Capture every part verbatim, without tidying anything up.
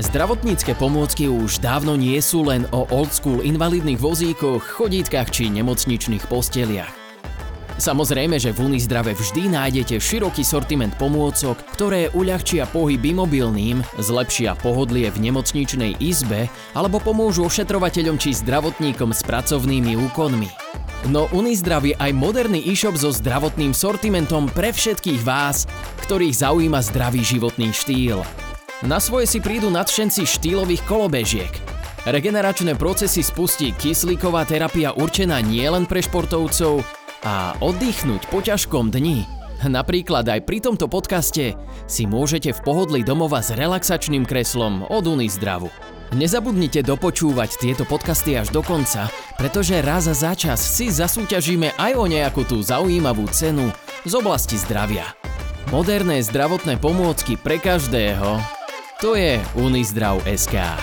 Zdravotnícke pomôcky už dávno nie sú len o old school invalidných vozíkoch, chodítkach či nemocničných posteliach. Samozrejme, že v Unizdrave vždy nájdete široký sortiment pomôcok, ktoré uľahčia pohyb imobilným, zlepšia pohodlie v nemocničnej izbe alebo pomôžu ošetrovateľom či zdravotníkom s pracovnými úkonmi. No Unizdrav je aj moderný e-shop so zdravotným sortimentom pre všetkých vás, ktorých zaujíma zdravý životný štýl. Na svoje si prídu nadšenci štýlových kolobežiek. Regeneračné procesy spustí kyslíková terapia určená nielen pre športovcov a oddychnúť po ťažkom dni. Napríklad aj pri tomto podcaste si môžete v pohodlí domova s relaxačným kreslom od Unizdravu. Nezabudnite dopočúvať tieto podcasty až do konca, pretože raz za čas si zasúťažíme aj o nejakú tú zaujímavú cenu z oblasti zdravia. Moderné zdravotné pomôcky pre každého. To je Unizdrav bodka es ká.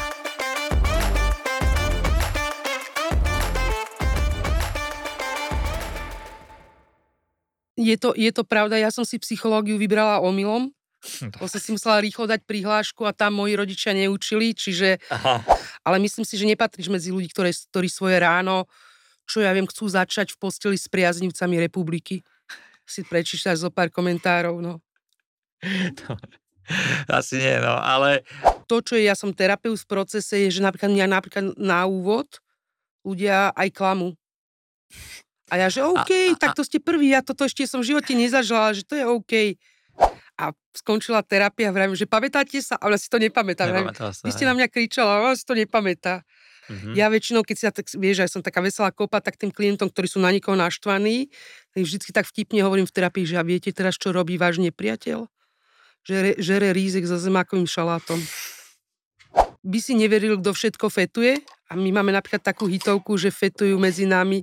Je to, je to pravda, ja som si psychológiu vybrala omylom. To som si musela rýchlo dať prihlášku a tam moji rodičia neučili, čiže... Aha. Ale myslím si, že nepatríš medzi ľudí, ktoré, ktorí svoje ráno, čo ja viem, chcú začať v posteli s priaznivcami republiky. Si prečítaš zo pár komentárov, no. Asi nie, no, ale... To, čo je, ja som terapeut v procese, je, že napríklad mňa napríklad na úvod ľudia aj klamú. A ja, že OK, a, a, tak to ste prvý, ja toto ešte som v živote nezažila, že to je OK. A skončila terapia, vravím, že pamätáte sa? A ona si to nepamätá. Vy ste na mňa kričala, a ona si to nepamätá. Mm-hmm. Ja väčšinou, keď si ja tak, vieš, že ja som taká veselá kopa, tak tým klientom, ktorí sú na niekoho naštvaní, vždycky tak vtipne hovorím v terapii, že a viete teraz, čo robí váš nepriateľ? Žere, žere rízek so zemákovým šalátom. By si neveril, kto všetko fetuje? A my máme napríklad takú hitovku, že fetujú medzi nami.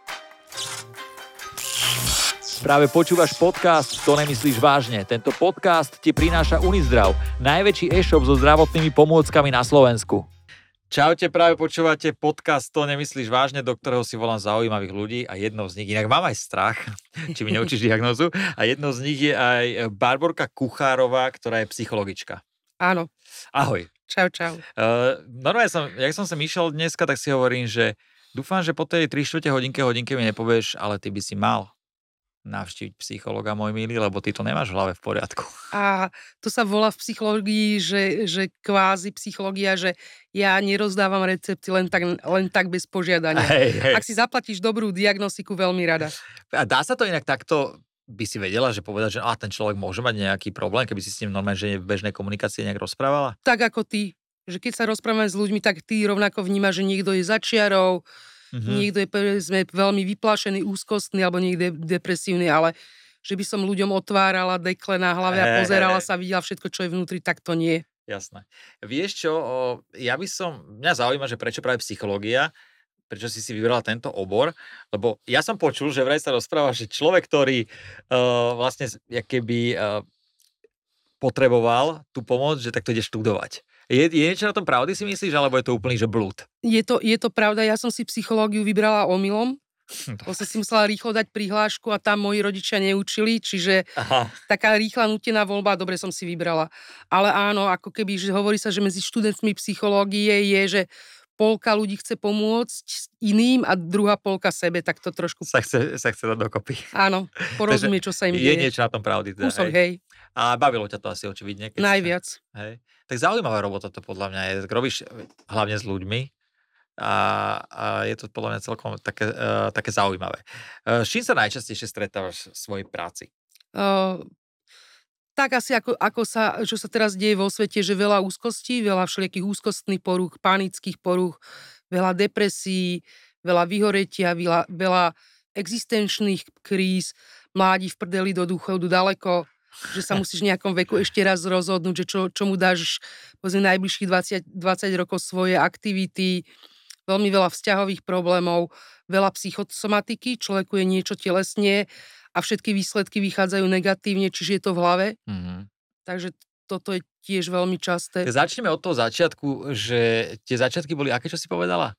Práve počúvaš podcast To nemyslíš vážne. Tento podcast ti prináša Unizdrav, najväčší e-shop so zdravotnými pomôckami na Slovensku. Čaute, práve počúvate podcast To nemyslíš vážne, do ktorého si volám zaujímavých ľudí a jednou z nich, inak mám aj strach, či mi neučíš diagnózu, a jednou z nich je aj Barborka Kuchárová, ktorá je psychologička. Áno. Ahoj. Čau, čau. Uh, normálne som, jak som sa myšiel dneska, tak si hovorím, že dúfam, že po tej tri štvrte hodinke, hodinke mi nepovieš, ale ty by si mal navštíviť psychologa, môj milý, lebo ty to nemáš v hlave v poriadku. A to sa volá v psychológii, že, že kvázi psychológia, že ja nerozdávam recepty len tak, len tak bez požiadania. Hej, hej. Ak si zaplatíš dobrú diagnostiku, veľmi rada. A dá sa to inak takto, by si vedela, že povedať, že á, ten človek môže mať nejaký problém, keby si s ním normálne, že v bežnej komunikácii nejak rozprávala? Tak ako ty. Že keď sa rozprávame s ľuďmi, tak ty rovnako vnímaš, že niekto je za čiarou, mm-hmm. niekto je sme veľmi vyplašený, úzkostný alebo niekto je depresívny, ale že by som ľuďom otvárala dekle na hlave a pozerala sa, videla všetko, čo je vnútri, tak to nie. Jasné. Vieš čo, ja by som, mňa zaujíma, že prečo práve psychológia, prečo si si vybrala tento obor, lebo ja som počul, že vraj sa rozpráva, že človek, ktorý uh, vlastne keby uh, potreboval tú pomoc, že tak to ide študovať. Je, je niečo na tom pravdy, si myslíš, alebo je to úplný, že blúd? Je to, je to pravda, ja som si psychológiu vybrala omylom. To som si musela rýchlo dať prihlášku a tam moji rodičia neučili, čiže Aha. taká rýchla nútená voľba, dobre som si vybrala. Ale áno, ako keby, že hovorí sa, že medzi študentmi psychológie je, že polka ľudí chce pomôcť iným a druhá polka sebe, tak to trošku... Sa chce, sa chce dať dokopy. Áno, porozumie, čo sa im je deje. Je niečo na tom pravdy. Teda, Kúsok, hej. hej. A bavilo ťa to asi očividne? Keď Najviac. Sa, hej. Tak zaujímavá robota to podľa mňa je. Robíš hlavne s ľuďmi a, a je to podľa mňa celkom také, uh, také zaujímavé. Uh, s čím sa najčastejšie stretávaš v svojej práci? Uh, tak asi ako, ako sa, čo sa teraz deje vo svete, že veľa úzkostí, veľa všelijakých úzkostných porúch, panických porúch, veľa depresí, veľa vyhoretia, veľa, veľa existenčných kríz, mládi v prdeli do dôchodu ďaleko, že sa musíš v nejakom veku ešte raz rozhodnúť, že čo, čo mu dáš povedzme najbližších dvadsať, dvadsať rokov svoje aktivity, veľmi veľa vzťahových problémov, veľa psychosomatiky, človeku je niečo telesne a všetky výsledky vychádzajú negatívne, čiže je to v hlave. Mm-hmm. Takže toto je tiež veľmi časté. Začneme od toho začiatku, že tie začiatky boli aké, čo si povedala?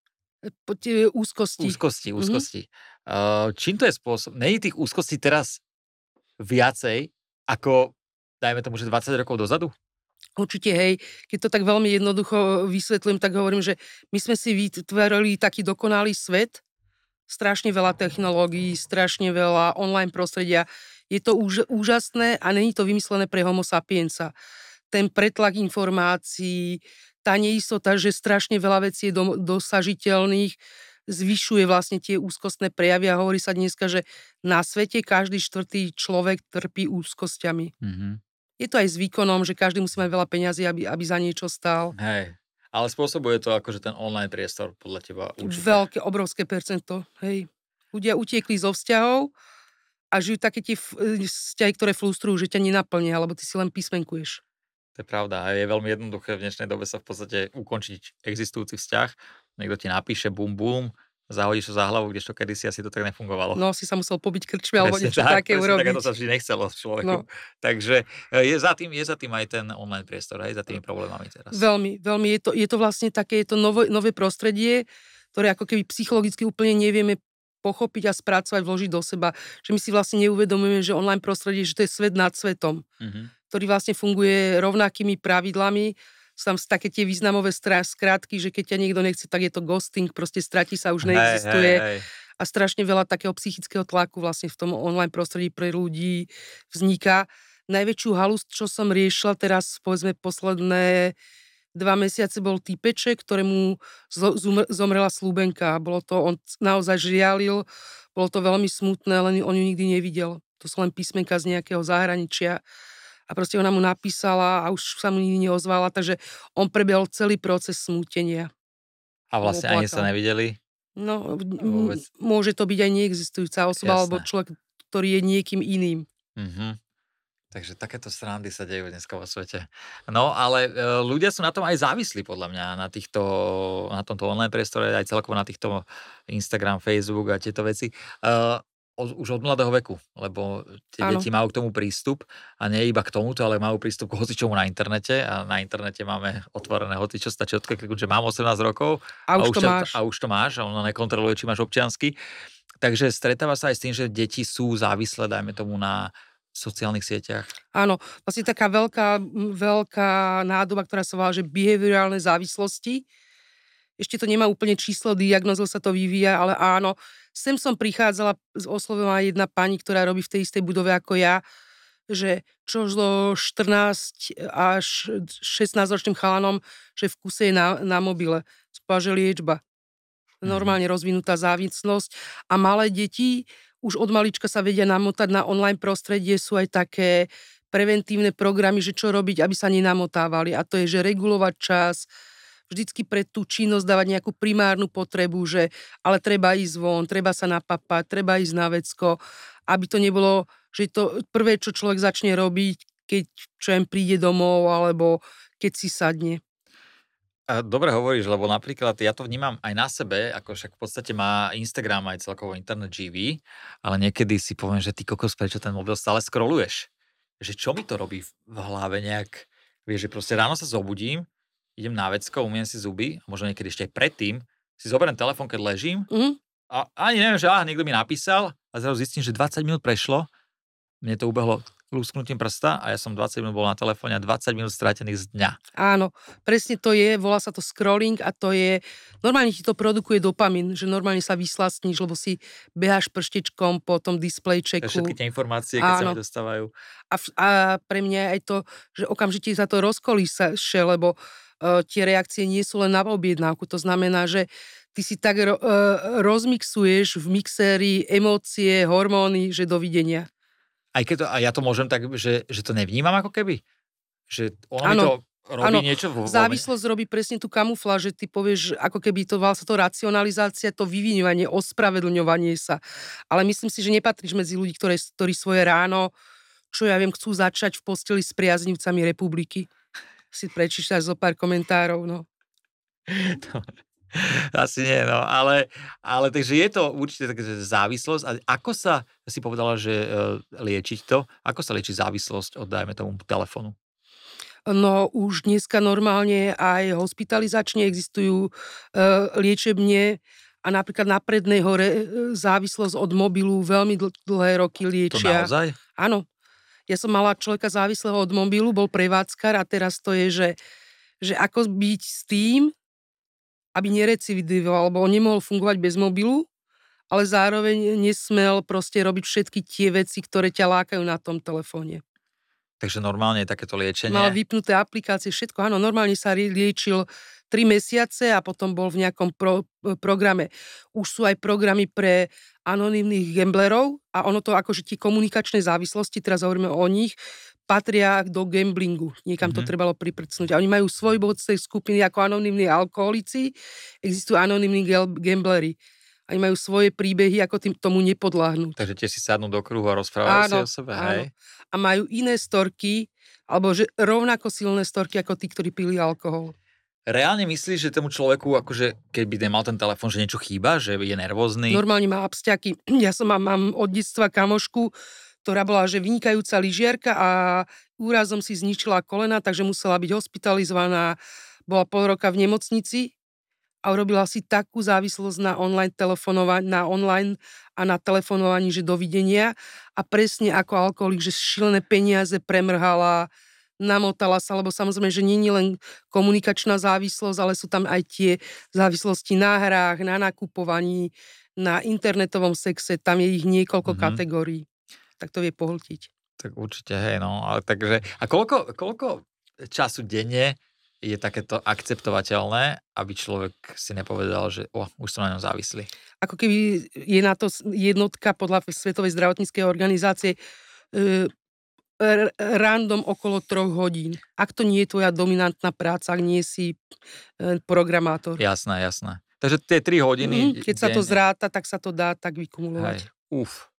Po tie úzkosti. Úzkosti, úzkosti. Mm-hmm. Uh, čím to je spôsob? Nie je tých úzkostí teraz viacej ako, dajme tomu, že dvadsať rokov dozadu? Určite, hej, keď to tak veľmi jednoducho vysvetlím, tak hovorím, že my sme si vytvorili taký dokonalý svet, strašne veľa technológií, strašne veľa online prostredia. Je to úž, úžasné a není to vymyslené pre homo sapiensa. Ten pretlak informácií, tá neistota, že strašne veľa vecí je do, dosažiteľných, zvyšuje vlastne tie úzkostné prejavy a hovorí sa dneska, že na svete každý štvrtý človek trpí úzkosťami. Mm-hmm. Je to aj s výkonom, že každý musí mať veľa peňazí, aby, aby za niečo stál. Hej, ale spôsobuje to akože ten online priestor podľa teba určite. Veľké, obrovské percento, hej. Ľudia utiekli zo vzťahov a žijú také tie vzťahy, ktoré frustrujú, že ťa nenaplnia, alebo ty si len písmenkuješ. To je pravda a je veľmi jednoduché v dnešnej dobe sa v podstate ukončiť existujúci vzťah. Niekto ti napíše bum bum, zahodíš to za hlavu, kdežto kedysi asi to tak nefungovalo. No, si sa musel pobiť krčmi alebo niečo tak, také urobiť. Tak, to sa vždy nechcelo človeku. No. Takže je za, tým, je za tým aj ten online priestor, aj za tými problémami teraz. Veľmi, veľmi. Je to, je to vlastne také, je to nové, nové prostredie, ktoré ako keby psychologicky úplne nevieme pochopiť a spracovať, vložiť do seba. Že my si vlastne neuvedomujeme, že online prostredie, že to je svet nad svetom, mm-hmm. ktorý vlastne funguje rovnakými pravidlami. Sú tam také tie významové skrátky, že keď ťa niekto nechce, tak je to ghosting, proste stratí sa, už neexistuje. Hej, hej, hej. A strašne veľa takého psychického tlaku vlastne v tom online prostredí pre ľudí vzniká. Najväčšiu halus, čo som riešila teraz, povedzme, posledné dva mesiace bol týpeček, ktorému zomrela slúbenka. Bolo to, on naozaj žialil, bolo to veľmi smutné, len on ju nikdy nevidel. To sú len písmenka z nejakého zahraničia. A proste ona mu napísala a už sa mu nikdy neozvala, takže on prebiehol celý proces smútenia. A vlastne ani sa nevideli? No, m- môže to byť aj neexistujúca osoba, Jasné. alebo človek, ktorý je niekým iným. Mhm. Takže takéto srandy sa dejú dneska vo svete. No, ale e, ľudia sú na tom aj závislí, podľa mňa, na týchto, na tomto online priestore, aj celkovo na týchto Instagram, Facebook a tieto veci. E, už od mladého veku, lebo tie ano. Deti majú k tomu prístup a nie iba k tomuto, ale majú prístup k hocičomu na internete a na internete máme otvorené hocičo, stačí odkliknúť, že mám osemnásť rokov a už, a už, to, to máš. a už to máš a ono nekontroluje, či máš občiansky. Takže stretáva sa aj s tým, že deti sú závislé, dajme tomu, na sociálnych sieťach. Áno, vlastne taká veľká, veľká nádoba, ktorá sa volá, že behaviorálne závislosti. Ešte to nemá úplne číslo, diagnózou sa to vyvíja, ale áno. Sem som prichádzala, oslovila jedna pani, ktorá robí v tej istej budove ako ja, že čo so štrnásť až šestnásťročným chalanom, že v kuse je na, na mobile. Spáva, že liečba. Normálne rozvinutá závislosť. A malé deti už od malička sa vedia namotať na online prostredie, sú aj také preventívne programy, že čo robiť, aby sa nenamotávali. A to je, že regulovať čas, vždycky pre tú činnosť dávať nejakú primárnu potrebu, že ale treba ísť von, treba sa napapať, treba ísť na vecko, aby to nebolo, že to prvé, čo človek začne robiť, keď čo im príde domov, alebo keď si sadne. Dobre hovoríš, lebo napríklad ja to vnímam aj na sebe, ako však v podstate má Instagram aj celkovo internet živý, ale niekedy si poviem, že ty kokos, prečo ten mobil stále scrolluješ? Že čo mi to robí v hlave nejak, vieš, že proste ráno sa zobudím, idem na vecko, umiem si zuby, a možno niekedy ešte aj predtým, si zoberiem telefón, keď ležím mm. a ani neviem, že ah, niekto mi napísal a zrazu zistím, že dvadsať minút prešlo, mne to ubehlo lúsknutím prsta a ja som dvadsať minút bol na telefóne a dvadsať minút stratených z dňa. Áno, presne to je, volá sa to scrolling a to je, normálne ti to produkuje dopamín, že normálne sa vyslastníš, lebo si beháš prštičkom po tom displejčeku. Všetky tie informácie, keď Áno. sa mi dostávajú. A, a pre mňa je aj to, že okamžite sa to rozkolíše, lebo uh, tie reakcie nie sú len na objednávku, to znamená, že ty si tak ro, uh, rozmixuješ v mixéri emócie, hormóny, že dovidenia. Aj keď to, a ja to môžem tak, že, že to nevnímam ako keby? Že ono mi to robí ano, niečo? Vo, závislosť robí presne tú kamufláž, že ty povieš, ako keby to volá sa to racionalizácia, to vyviňovanie, ospravedlňovanie sa. Ale myslím si, že nepatríš medzi ľudí, ktoré, ktorí svoje ráno, čo ja viem, chcú začať v posteli s priaznivcami republiky. Si prečítaš zo pár komentárov, no. Asi nie, no, ale, ale takže je to určite taká závislosť. A ako sa, si povedala, že uh, liečiť to, ako sa lieči závislosť od, dajme tomu, telefónu? No, už dneska normálne aj hospitalizačne existujú uh, liečebne a napríklad na Prednej hore závislosť od mobilu veľmi dl- dlhé roky liečia. To naozaj? Áno. Ja som mala človeka závislého od mobilu, bol prevádzkar a teraz to je, že, že ako byť s tým, aby nerecidivoval, lebo on nemohol fungovať bez mobilu, ale zároveň nesmel proste robiť všetky tie veci, ktoré ťa lákajú na tom telefóne. Takže normálne je takéto liečenie? Mal vypnuté aplikácie, všetko, áno, normálne sa liečil tri mesiace a potom bol v nejakom pro, programe. Už sú aj programy pre anonymných gamblerov a ono to akože tie komunikačné závislosti, teraz hovoríme o nich, patria do gamblingu. Niekam mm-hmm. to trebalo priprcnúť. A oni majú svoj bod z tej skupiny ako anonymní alkoholici, existujú anonymní gambleri. Oni majú svoje príbehy, ako tým tomu nepodláhnuť. Takže tie si sadnú do kruhu a rozprávajú áno, si o sebe, áno. hej? A majú iné storky, alebo že rovnako silné storky, ako tí, ktorí pili alkohol. Reálne myslíš, že tomu človeku, akože keby nemal ten telefón, že niečo chýba, že je nervózny? Normálne má absťaky. Ja som mám, mám od detstva kamošku, ktorá bola že vynikajúca lyžiarka a úrazom si zničila kolena, takže musela byť hospitalizovaná. Bola pol roka v nemocnici a urobila si takú závislosť na online telefonovaní, na online a na telefonovaní, že dovidenia. A presne ako alkoholik, že šílené peniaze premrhala, namotala sa, lebo samozrejme, že nie je len komunikačná závislosť, ale sú tam aj tie závislosti na hrách, na nakupovaní, na internetovom sexe, tam je ich niekoľko mm-hmm. kategórií. Tak to vie pohltiť. Tak určite, hej, no. Ale takže, a koľko, koľko času denne je takéto akceptovateľné, aby človek si nepovedal, že oh, už som na ňom závislý? Ako keby je na to jednotka podľa Svetovej zdravotníckej organizácie e, random okolo troch hodín. Ak to nie je tvoja dominantná práca, ak nie si e, programátor. Jasné, jasné. Takže tie tri hodiny... Mm, keď sa to zráta, tak sa to dá tak vykumulovať. Hej, uf.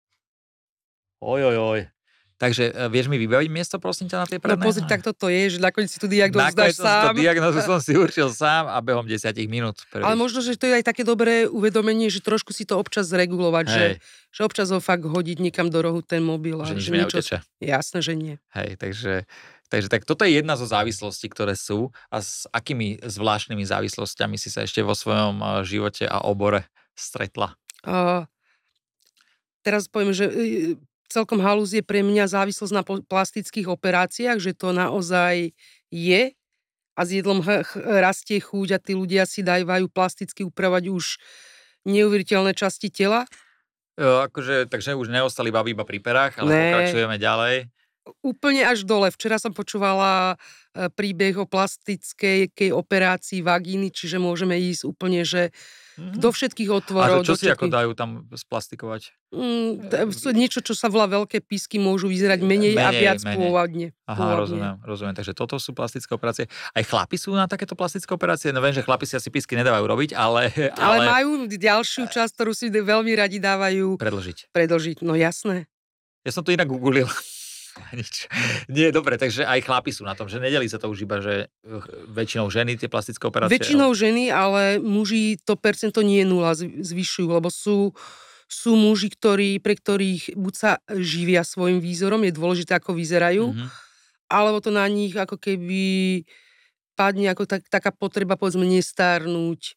Oj, oj, oj. Takže uh, vieš mi vybaviť miesto, prosím ťa, na tej prednej? No pozri, tak toto je, že nakoniec si tú diagnózu dáš sám. Nakoniec tú diagnózu som si určil sám a behom desať minút. Prvý. Ale možno, že to je aj také dobré uvedomenie, že trošku si to občas zregulovať, že, že občas ho fakt hodiť niekam do rohu ten mobil. A že nič že mi neuteče. Jasné, že nie. Hej, takže, takže tak toto je jedna zo závislostí, ktoré sú a s akými zvláštnymi závislosťami si sa ešte vo svojom živote a obore stretla? Uh, teraz poviem, že... Uh, celkom halúz je pre mňa závislosť na plastických operáciách, že to naozaj je a s jedlom h- h- rastie chúť a tí ľudia si dávajú plasticky upravať už neuveriteľné časti tela. Jo, akože, takže už neostali babi iba pri perách, ale ne. Pokračujeme ďalej. Úplne až dole. Včera som počúvala príbeh o plastickej operácii vagíny, čiže môžeme ísť úplne, že mm-hmm. do všetkých otvorov. A čo si všetkých... ako dajú tam splastikovať? Mm, t- niečo, čo sa volá veľké písky, môžu vyzerať menej, menej a viac menej. Pôvodne. Aha, pôvodne. rozumiem, rozumiem. Takže toto sú plastické operácie. Aj chlapi sú na takéto plastické operácie? No viem, že chlapi si asi písky nedávajú robiť, ale... Ale, ale majú ďalšiu časť, ktorú si veľmi radi dávajú... Predlžiť. Predlžiť, no jasné. Ja som to inak googlil. Nič. Nie, dobre, takže aj chlapi sú na tom, že nedelí sa to už iba, že väčšinou ženy tie plastické operácie. Väčšinou ženy, ale muži to percento nie je nula, zvyšujú, lebo sú, sú muži, ktorí, pre ktorých buď sa živia svojim výzorom, je dôležité, ako vyzerajú, mm-hmm. alebo to na nich ako keby padne ako tak, taká potreba, povedzme, nestárnuť,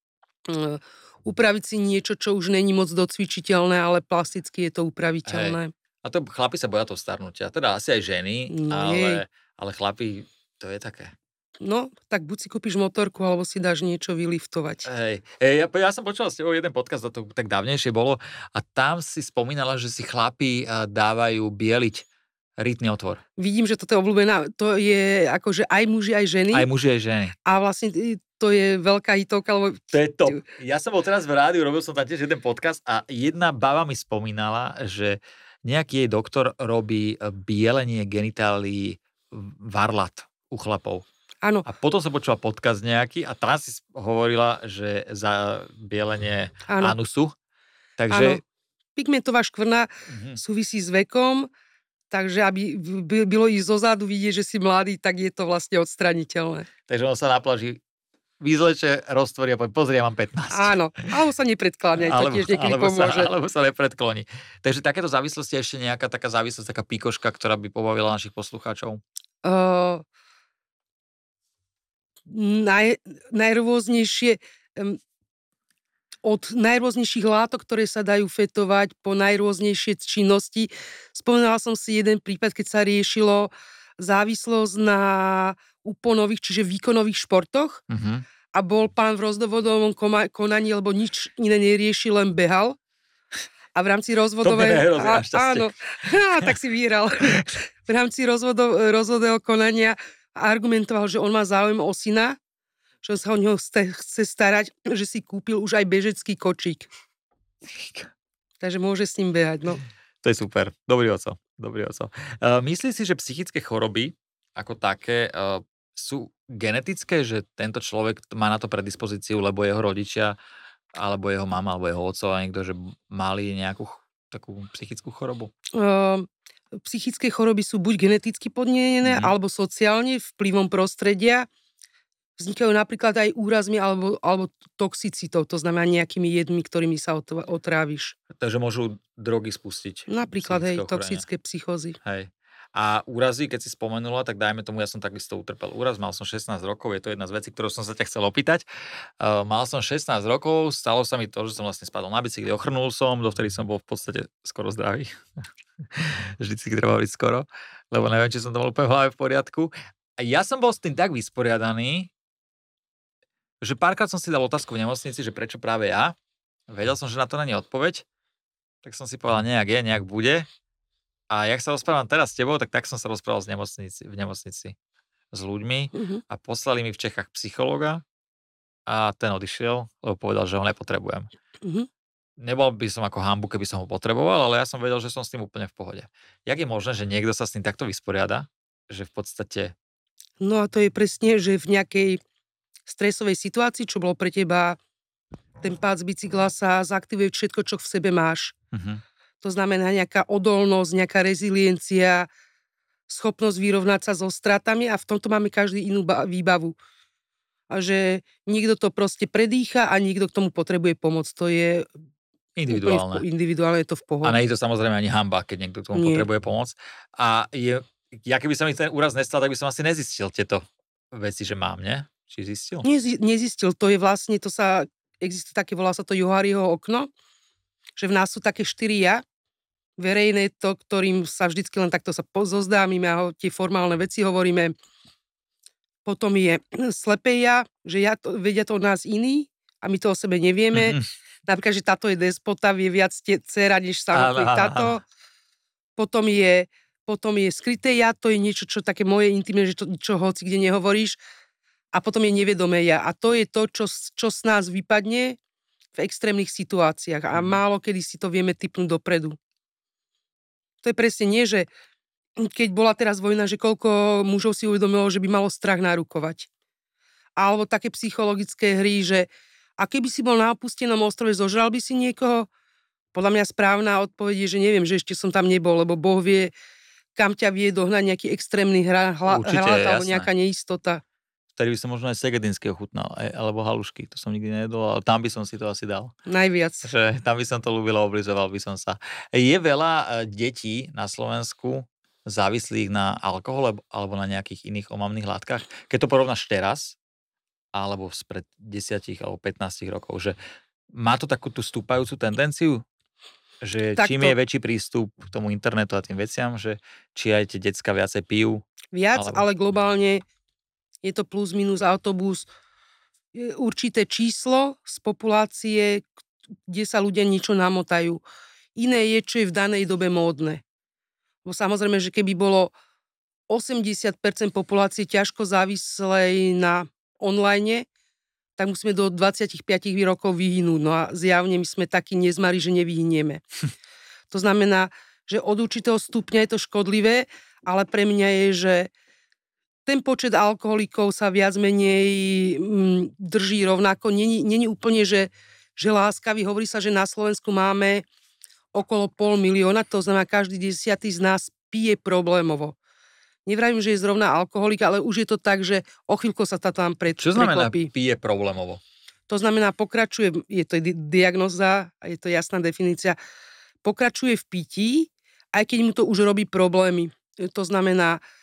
upraviť si niečo, čo už není moc docvičiteľné, ale plasticky je to upraviteľné. Hej. A to chlapi sa boja toho starnutia. Teda asi aj ženy, no, ale, ale chlapi, to je také. No, tak buď si kúpiš motorku, alebo si dáš niečo vyliftovať. Hej, ja, ja som počula s tebou jeden podcast, to tak dávnejšie bolo, a tam si spomínala, že si chlapi dávajú bieliť rytný otvor. Vidím, že toto je obľúbená, to je akože aj muži, aj ženy. Aj muži, aj ženy. A vlastne to je veľká hitovka, lebo... To je top. Ja som bol teraz v rádiu, robil som tam tiež jeden podcast a jedna baba mi spomínala, že nejaký jej doktor robí bielenie genitálií varlat u chlapov. Áno. A potom som počula podcast nejaký a tam si hovorila, že za bielenie áno. anusu. Takže... Áno. Pigmentová škvrna uh-huh. súvisí s vekom, takže aby bylo ísť zozadu vidieť, že si mladý, tak je to vlastne odstraniteľné. Takže on sa na pláži vyzleče, roztvorí a povie, pozri, ja mám pätnásť. Áno, alebo sa nepredkláňa, to tiež niekedy alebo pomôže. Sa, alebo sa nepredkloní. Takže takéto závislosti je ešte nejaká taká závislosť, taká píkoška, ktorá by pobavila našich poslucháčov? Uh, naj, najrôznejšie, um, od najrôznejších látok, ktoré sa dajú fetovať, po najrôznejšie činnosti. Spomínala som si jeden prípad, keď sa riešilo závislosť na úponových, čiže výkonových športoch Uh-huh. a bol pán v rozvodovom koma- konaní, lebo nič iné neriešil, len behal. A v rámci rozvodovej... To nehrozí, a, našťastie. áno, á, tak si vyhral. V rámci rozvodov, rozvodového konania argumentoval, že on má záujem o syna, že on sa o neho chce starať, že si kúpil už aj bežecký kočík. Takže môže s ním behať, no. To je super. Dobrý oco. Dobrý oco. Uh, myslíš si, že psychické choroby ako také uh, sú genetické, že tento človek má na to predispozíciu, lebo jeho rodičia, alebo jeho mama, alebo jeho oco, a niekto, že mali nejakú ch- takú psychickú chorobu? Uh, psychické choroby sú buď geneticky podmienené, Mhm. alebo sociálne vplyvom prostredia. Vznikajú napríklad aj úrazmi alebo, alebo toxicitou, to znamená nejakými jedmi, ktorými sa ot- otráviš. Takže môžu drogy spustiť. Napríklad, hej, psychické ochorenie. toxické psychózy. Hej. A úrazy, keď si spomenula, tak dajme tomu, ja som takisto utrpel úraz, mal som šestnásť rokov, je to jedna z vecí, ktorú som sa ťa chcel opýtať. Uh, mal som šestnásť rokov, stalo sa mi to, že som vlastne spadol na bicykli, ochrnul som, dovtedy som bol v podstate skoro zdravý. Vždycky treba byť skoro, lebo neviem, či som to bol úplne v hlave v poriadku. A ja som bol s tým tak vysporiadaný, že párkrát som si dal otázku v nemocnici, že prečo práve ja. Vedel som, že na to není odpoveď, tak som si povedal, nejak je, nejak bude. A jak sa rozprávam teraz s tebou, tak tak som sa rozprával v nemocnici, v nemocnici s ľuďmi Uh-huh. a poslali mi v Čechách psychologa a ten odišiel, lebo povedal, že ho nepotrebujem. Uh-huh. Nebol by som ako hanbu, keby som ho potreboval, ale ja som vedel, že som s tým úplne v pohode. Jak je možné, že niekto sa s tým takto vysporiada, že v podstate... No a to je presne, že v nejakej stresovej situácii, čo bolo pre teba, ten pád z bicykla sa zaktivuje všetko, čo v sebe máš. Uh-huh. To znamená nejaká odolnosť, nejaká reziliencia, schopnosť vyrovnať sa so stratami a v tomto máme každý inú ba- výbavu. A že niekto to proste predýcha a niekto k tomu potrebuje pomoc. To je Individuálne. úplne v, individuálne je to v pohode. A nie je to samozrejme ani hanba, keď niekto k tomu Nie. potrebuje pomoc. A je, ja keby sa mi ten úraz nestal, tak by som asi nezistil tieto veci, že mám, nie? Či zistil? Nezi- nezistil, to je vlastne, to sa, existuje také, volá sa to Johariho okno, že v nás sú také štyri ja, verejné to, ktorým sa vždycky len takto sa pozozdámime a ho- tie formálne veci hovoríme. Potom je slepé ja, že ja to, vedia to od nás iní a my to o sebe nevieme. Mhm. Napríklad, že táto je despota, vie viac te- dcera, než samotný Áno, áno, táto. Potom je, potom je skryté ja, to je niečo, čo také moje intimné, že to, čo hoci kde nehovoríš. A potom je nevedomé ja. A to je to, čo, čo z nás vypadne v extrémnych situáciách. A Mhm. málo kedy si to vieme tipnúť dopredu. To je presne nie, že keď bola teraz vojna, že koľko mužov si uvedomilo, že by malo strach nárukovať. Alebo také psychologické hry, že a keby si bol na opustenom ostrove, zožral by si niekoho? Podľa mňa správna odpoveď je, že neviem, že ešte som tam nebol, lebo Boh vie, kam ťa vie dohnať nejaký extrémny hra, hla, Určite, hlad alebo jasné. nejaká neistota. Vtedy by som možno aj segedinský ochutnal, aj, alebo halušky, to som nikdy nejedol, ale tam by som si to asi dal. Najviac. Že tam by som to ľúbil, oblizoval by som sa. Je veľa e, detí na Slovensku závislých na alkohole alebo na nejakých iných omamných látkach. Keď to porovnáš teraz, alebo spred desiatich alebo pätnástich rokov, že má to takú tú stúpajúcu tendenciu, že Takto. čím je väčší prístup k tomu internetu a tým veciam, že či aj tie decka viacej pijú. Viac, Alebo- ale globálne je to plus minus autobus. Je určité číslo z populácie, kde sa ľudia niečo namotajú. Iné je, čo je v danej dobe módne. Bo samozrejme, že keby bolo osemdesiat percent populácie ťažko závislej na online, tak musíme do dvadsaťpäť rokov vyhnúť. No a zjavne my sme takí nezmari, že nevyhnieme. To znamená, že od určitého stupňa je to škodlivé, ale pre mňa je, že ten počet alkoholikov sa viac menej mm, drží rovnako. Není, není úplne, že, že láskavý. Hovorí sa, že na Slovensku máme okolo pol milióna, to znamená, každý desiatý z nás pije problémovo. Nevravím, že je zrovna alkoholik, ale už je to tak, že o chvíľko sa to tam pred, Čo znamená preklopí. pije problémovo? To znamená, pokračuje, je to di- diagnóza, a je to jasná definícia, pokračuje v pití, aj keď mu to už robí problémy. To znamená,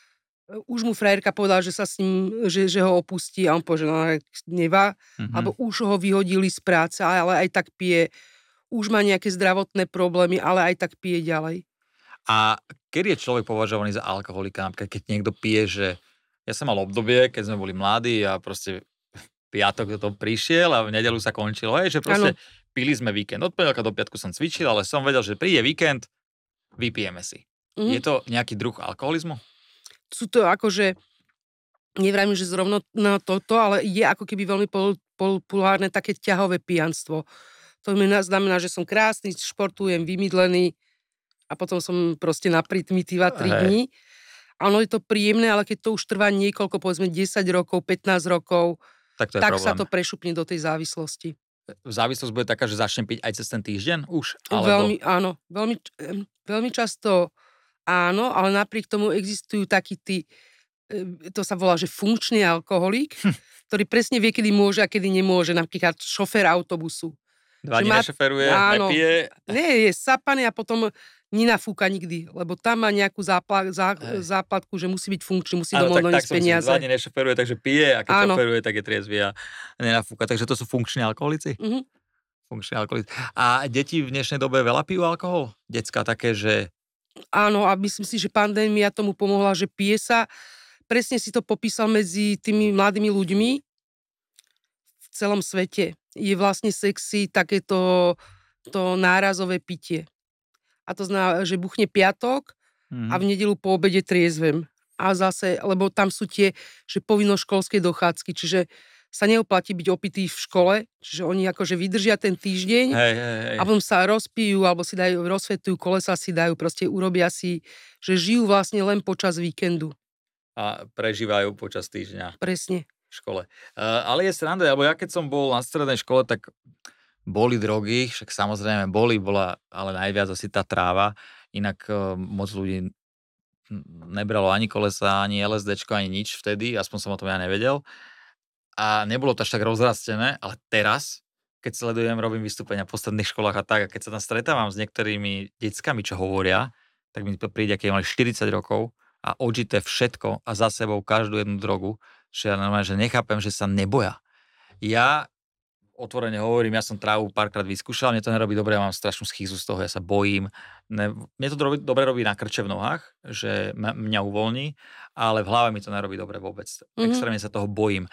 už mu frajerka povedala, že sa s ním, že, že ho opustí a on povedal, že no, nevá, mm-hmm. alebo už ho vyhodili z práce, ale aj tak pije, už má nejaké zdravotné problémy, ale aj tak pije ďalej. A kedy je človek považovaný za alkoholika? Napríklad, keď niekto pije, že ja som mal obdobie, keď sme boli mladí a proste piatok do toho prišiel a v nedeľu sa končilo, hej, že proste ano. Pili sme víkend. Od pondelka do piatku som cvičil, ale som vedel, že príde víkend, vypijeme si. Mm-hmm. Je to nejaký druh alkoholizmu? Sú to akože, nevravím, že zrovna na toto, ale je ako keby veľmi populárne také ťahové pijanstvo. To znamená, že som krásny, športujem, vymydlený a potom som proste na pritmitíva tri dní. A ono je to príjemné, ale keď to už trvá niekoľko, povedzme desať rokov, pätnásť rokov, tak, tak sa to prešupne do tej závislosti. Závislosť bude taká, že začnem piť aj cez ten týždeň už? Alebo... Veľmi, áno. Veľmi, veľmi často áno, ale napriek tomu existujú takí tí, to sa volá, že funkčný alkoholík, hm. ktorý presne vie, kedy môže a kedy nemôže. Napríklad šofér autobusu. Dva dní má... nešoferuje, áno, nepije. Nie, je sapaný a potom nenafúka nikdy, lebo tam má nejakú zápla, zá, záplatku, že musí byť funkčný, musí domov doniesť peniaze. Dva dní nešoferuje, takže pije a keď áno. šoferuje, tak je triezvy a nenafúka. Takže to sú funkční alkoholici? Mhm. Funkční alkoholici. A deti v dnešnej dobe veľa pijú alkohol? Decká také, že... Áno, a myslím si, že pandémia tomu pomohla, že pije sa. Presne si to popísal medzi tými mladými ľuďmi v celom svete. Je vlastne sexy takéto to nárazové pitie. A to znamená, že buchne piatok mm. a v nedeľu po obede triezvem. A zase, lebo tam sú tie, že povinnosť školskej dochádzky, čiže sa neoplatí byť opitý v škole, čiže oni akože vydržia ten týždeň hej, hej, hej. a potom sa rozpijú, alebo si dajú, rozsvetujú, kolesa si dajú, proste urobia si, že žijú vlastne len počas víkendu. A prežívajú počas týždňa. Presne. V škole. Uh, ale je sranda, lebo ja keď som bol na strednej škole, tak boli drogy, však samozrejme boli, bola ale najviac asi tá tráva, inak uh, moc ľudí nebralo ani kolesa, ani LSDčko, ani nič vtedy, aspoň som o tom ja nevedel. A nebolo to až tak rozrastené, ale teraz, keď sledujem, robím vystúpenia v posledných školách a tak, a keď sa tam stretávam s niektorými deckami, čo hovoria, tak mi to príde, keď mali štyridsať rokov a odžité všetko a za sebou každú jednu drogu, že ja normálne, že nechápem, že sa neboja. Ja otvorene hovorím, ja som trávu párkrát vyskúšal, mne to nerobí dobre, ja mám strašnú schýzu z toho, ja sa bojím. Ne, mne to dobre, dobre robí na krče v nohách, že mňa uvoľní, ale v hlave mi to nerobí dobre vôbec. Mm-hmm. Extrémne sa toho bojím.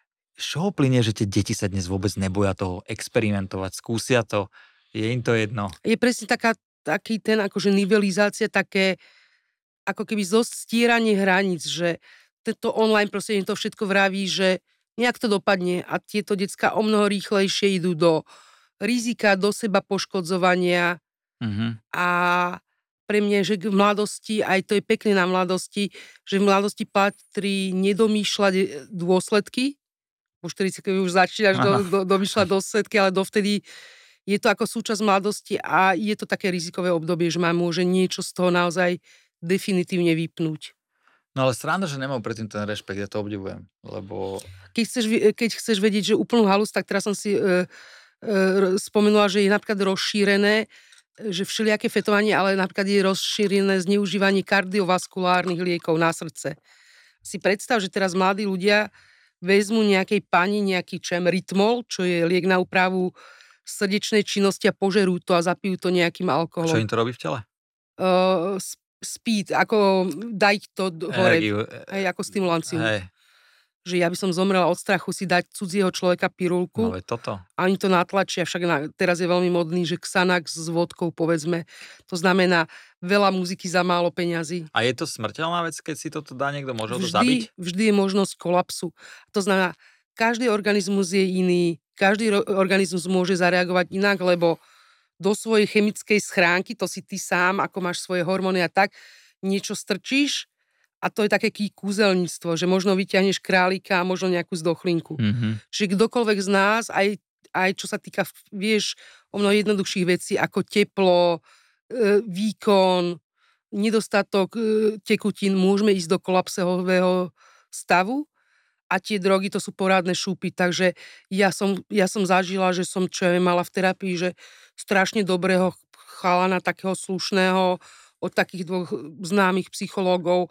Z čoho plynie, že tie deti sa dnes vôbec neboja toho experimentovať, skúsia to, je im to jedno? Je presne taká, taký ten akože nivelizácia, také ako keby zostieranie hraníc, že to online proste im to všetko vraví, že nejak to dopadne a tieto decká o mnoho rýchlejšie idú do rizika, do seba poškodzovania mm-hmm. a pre mňa, že v mladosti, aj to je pekné na mladosti, že v mladosti patrí nedomýšľať dôsledky, po štyridsiatke už začínaš do, do, domýšľať dôsledky, ale dovtedy je to ako súčasť mladosti a je to také rizikové obdobie, že ma môže niečo z toho naozaj definitívne vypnúť. No ale sranda, že nemám predtým ten rešpekt, ja to obdivujem, lebo... Keď chceš, keď chceš vedieť, že úplnú halus, tak teraz som si e, e, spomenula, že je napríklad rozšírené, že všelijaké fetovanie, ale napríklad je rozšírené zneužívanie kardiovaskulárnych liekov na srdce. Si predstav, že teraz mladí ľudia vezmu nejakej pani nejaký čem rytmol, čo je liek na úpravu srdečnej činnosti a požerú to a zapijú to nejakým alkoholom. Čo im to robí v tele? Uh, speed, ako daj to hore, hej, ako stimulanciu. Hej. Že ja by som zomrela od strachu si dať cudzieho človeka pirulku. No, toto. A oni to natlačia, však na, teraz je veľmi modný, že Xanax s vodkou, povedzme. To znamená veľa muziky za málo peňazí. A je to smrteľná vec, keď si toto dá niekto, môže vždy, to zabiť? Vždy je možnosť kolapsu. To znamená, každý organizmus je iný, každý ro- organizmus môže zareagovať inak, lebo do svojej chemickej schránky, to si ty sám, ako máš svoje hormóny a tak, niečo strčíš. A to je také kúzelníctvo, že možno vyťahneš králika a možno nejakú zdochlinku. Mm-hmm. Čiže kdokoľvek z nás, aj, aj čo sa týka, vieš, o mnoho jednoduchších vecí, ako teplo, e, výkon, nedostatok e, tekutín, môžeme ísť do kolapsového stavu a tie drogy, to sú porádne šúpy. Takže ja som, ja som zažila, že som, čo ja mala v terapii, že strašne dobrého chalana, takého slušného, od takých dvoch známych psychológov.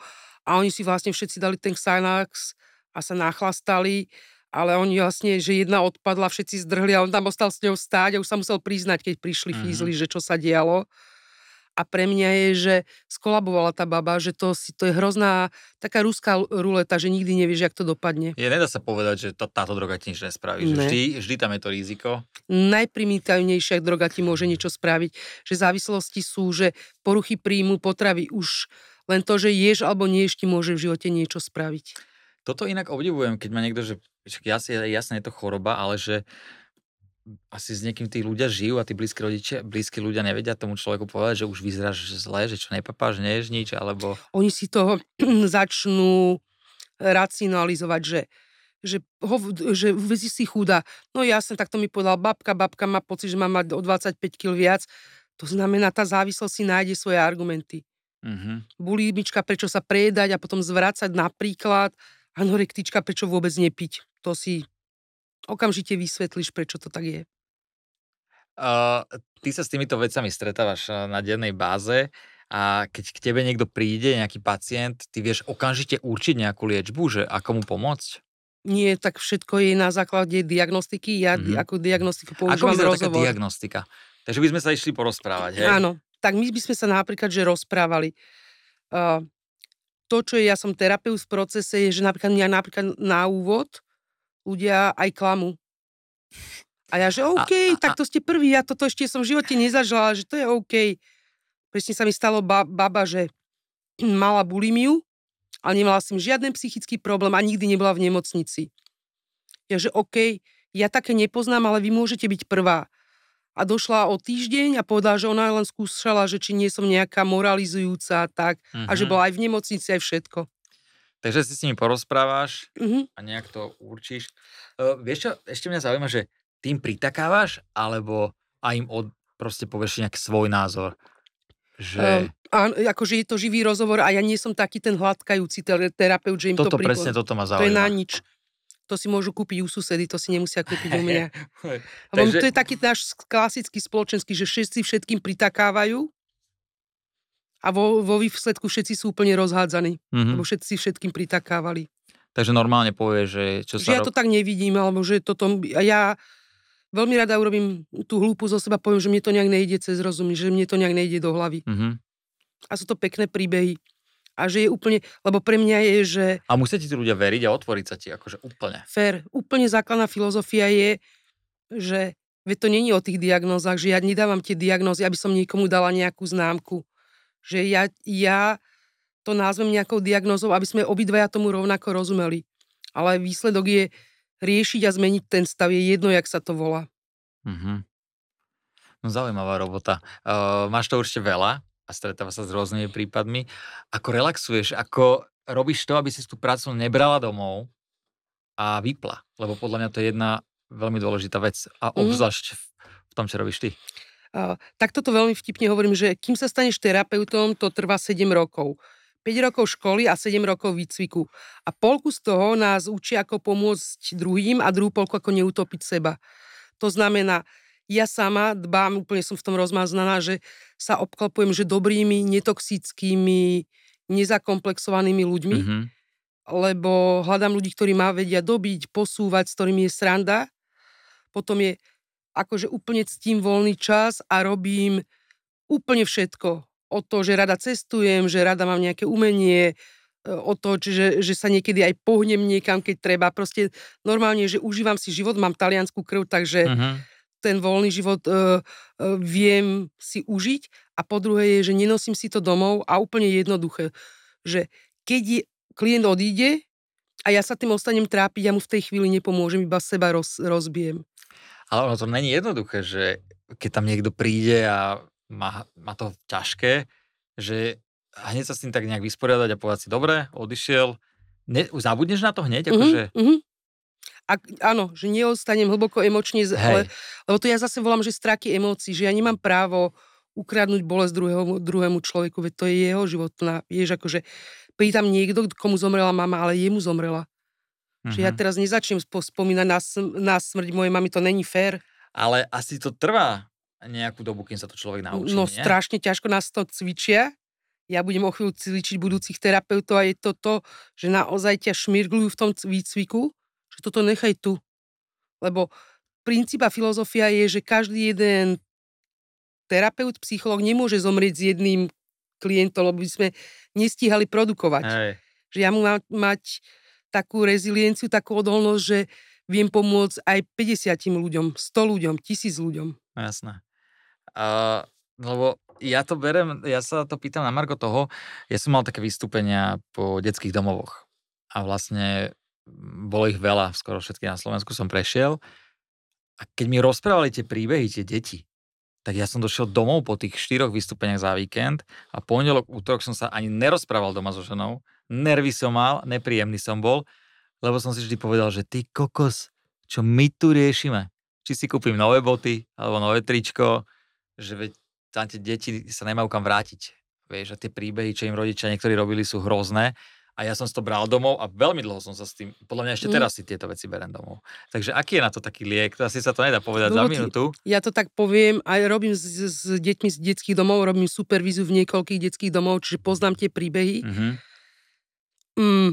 a oni si vlastne všetci dali ten Xanax a sa nachlastali, ale oni vlastne, že jedna odpadla, všetci zdrhli a on tam ostal s ňou stáť a už sa musel priznať, keď prišli Mhm. fízli, že čo sa dialo. A pre mňa je, že skolabovala tá baba, že to, si, to je hrozná taká ruská ruleta, že nikdy nevieš, jak to dopadne. Je, nedá sa povedať, že tá, táto droga ti nič nespraví. Že Ne. vždy, vždy tam je to riziko. Najprimitívnejšia droga ti môže niečo spraviť. Že závislosti sú, že poruchy príjmu, potravy, už len to, že ješ alebo neješ, ti môže v živote niečo spraviť. Toto inak obdivujem, keď má niekto, že jasne, jasne je to choroba, ale že asi s niekým tí ľudia žijú a tí blízki rodičia, blízki ľudia nevedia tomu človeku povedať, že už vyzeráš zle, že čo nepapáš, neješ nič, alebo... Oni si to začnú racionalizovať, že, že, ho, že vy si chudá. No jasne, tak to mi povedala babka, babka má pocit, že má mať o dvadsaťpäť kilogramov viac. To znamená, tá závislosť si nájde svoje argumenty. Mhm. Bulimička, prečo sa prejedať a potom zvracať napríklad, anorektička, prečo vôbec nepiť. To si okamžite vysvetlíš, prečo to tak je. Uh, ty sa s týmito vecami stretávaš uh, na dennej báze a keď k tebe niekto príde, nejaký pacient, ty vieš okamžite určiť nejakú liečbu, že ako mu pomôcť? Nie, tak všetko je na základe diagnostiky. Ja Mhm. ako diagnostiku Ako používam vyzerá taká rozhovor. diagnostika? Takže by sme sa išli porozprávať, hej? Áno, tak my by sme sa napríklad, že rozprávali. Uh, to, čo je, ja som terapeut v procese, je, že napríklad mňa napríklad na úvod ľudia aj klamú. A ja, že OK, A- a- tak to ste prvý, ja toto ešte som v živote nezažila, že to je OK. Presne sa mi stalo ba- baba, že mala bulimiu, ale nemala som žiaden psychický problém a nikdy nebola v nemocnici. Ja, že OK, ja také nepoznám, ale vy môžete byť prvá. A došla o týždeň a povedala, že ona len skúšala, že či nie som nejaká moralizujúca tak, Mhm. a že bola aj v nemocnici, aj všetko. Takže si s nimi porozprávaš Mhm. a nejak to určíš. Uh, vieš čo, ešte mňa zaujíma, že ty im pritakávaš, alebo a im od, proste povieš nejaký svoj názor? Že... Um, a, akože je to živý rozhovor a ja nie som taký ten hladkajúci ter- terapeut, že im Toto to pripom- presne, toto ma To je na zaujíma. nič. To si môžu kúpiť u susedy, to si nemusia kúpiť u mňa. Lebo Takže- to je taký náš klasický spoločenský, že všetci všetkým pritakávajú a vo, vo výsledku všetci sú úplne rozhádzaní. Mhm. Lebo všetci všetkým pritakávali. Takže normálne povieš, že čo Že sa... ja to tak nevidím, alebo že toto... A ja veľmi rada urobím tú hlúpu zo seba, poviem, že mne to nejak nejde cez rozum, že mne to nejak nejde do hlavy. Mhm. A sú to pekné príbehy. A že je úplne... Lebo pre mňa je, že... A musia ti tí ľudia veriť a otvoriť sa ti, akože úplne. Fér, úplne základná filozofia je, že veď to není o tých diagnózach, že ja nedávam tie diagnózy, aby som niekomu dala nejakú známku. Že ja, ja to názvem nejakou diagnózou, aby sme obidvaja tomu rovnako rozumeli. Ale výsledok je riešiť a zmeniť ten stav. Je jedno, jak sa to volá. Mhm. No zaujímavá robota. Uh, máš to určite veľa a stretáva sa s rôznymi prípadmi. Ako relaxuješ, ako robíš to, aby si tú prácu nebrala domov a vypla? Lebo podľa mňa to je jedna veľmi dôležitá vec a Mhm. obzvlášť v, v tom, čo robíš ty. Uh, tak toto veľmi vtipne hovorím, že kým sa staneš terapeutom, to trvá sedem rokov. päť rokov školy a sedem rokov výcviku. A polku z toho nás učí, ako pomôcť druhým a druhú polku, ako neutopiť seba. To znamená, ja sama dbám, úplne som v tom rozmaznaná, že sa obklopujem, že dobrými, netoxickými, nezakomplexovanými ľuďmi, Mhm. lebo hľadám ľudí, ktorí ma vedia dobiť, posúvať, s ktorými je sranda. Potom je akože úplne ctím voľný čas a robím úplne všetko. O to, že rada cestujem, že rada mám nejaké umenie, o to, že, že sa niekedy aj pohnem niekam, keď treba. Proste normálne, že užívam si život, mám taliansku krv, takže Mhm. ten voľný život uh, uh, viem si užiť. A po druhé je, že nenosím si to domov a úplne jednoduché, že keď je, klient odíde a ja sa tým ostanem trápiť, ja mu v tej chvíli nepomôžem, iba seba roz, rozbijem. Ale ono to není jednoduché, že keď tam niekto príde a má, má to ťažké, že hneď sa s tým tak nejak vysporiadať a povedať si, dobre, odišiel. Ne, zabudneš na to hneď? Akože... Uh-huh, uh-huh. A, áno, že neostanem hlboko emočne, ale, lebo to ja zase volám, že straky emócií, že ja nemám právo ukradnúť bolesť druhému, druhému človeku, veď to je jeho životná, vieš, akože prítam niekto, komu zomrela mama, ale jemu zomrela. Uh-huh. Že ja teraz nezačnem spomínať na, sm- na smrť mojej mamy, to není fér. Ale asi to trvá nejakú dobu, kým sa to človek naučí, No nie? strašne ťažko nás to cvičia, ja budem o chvíľu cvičiť budúcich terapeutov a je to to, že naozaj ťa šmirglujú v tom výcviku, že toto nechaj tu. Lebo princíp a filozofia je, že každý jeden terapeut, psychológ nemôže zomrieť s jedným klientom, lebo by sme nestíhali produkovať. Hej. Že ja mu mám mať takú rezilienciu, takú odolnosť, že viem pomôcť aj päťdesiatim ľuďom, sto ľuďom, tisíc ľuďom. Jasné. Uh, lebo ja to berem, ja sa to pýtam na margo toho, ja som mal také vystúpenia po detských domovoch a vlastne bolo ich veľa, skoro všetky na Slovensku som prešiel a keď mi rozprávali tie príbehy, tie deti, tak ja som došiel domov po tých štyroch vystúpeniach za víkend a pondelok, útorok som sa ani nerozprával doma so ženou, nervy som mal, nepríjemný som bol, lebo som si vždy povedal, že ty kokos, čo my tu riešime, či si kúpim nové boty alebo nové tričko, že veď tam tie deti sa nemajú kam vrátiť. Vieš, a tie príbehy, čo im rodičia niektorí robili, sú hrozné. A ja som si to bral domov a veľmi dlho som sa s tým, podľa mňa ešte teraz si tieto veci berem domov. Takže aký je na to taký liek? Asi sa to nedá povedať no, za minútu. Ja to tak poviem, aj robím s, s deťmi z detských domov, robím supervíziu v niekoľkých detských domov, čiže poznám tie príbehy. Mm-hmm. Mm,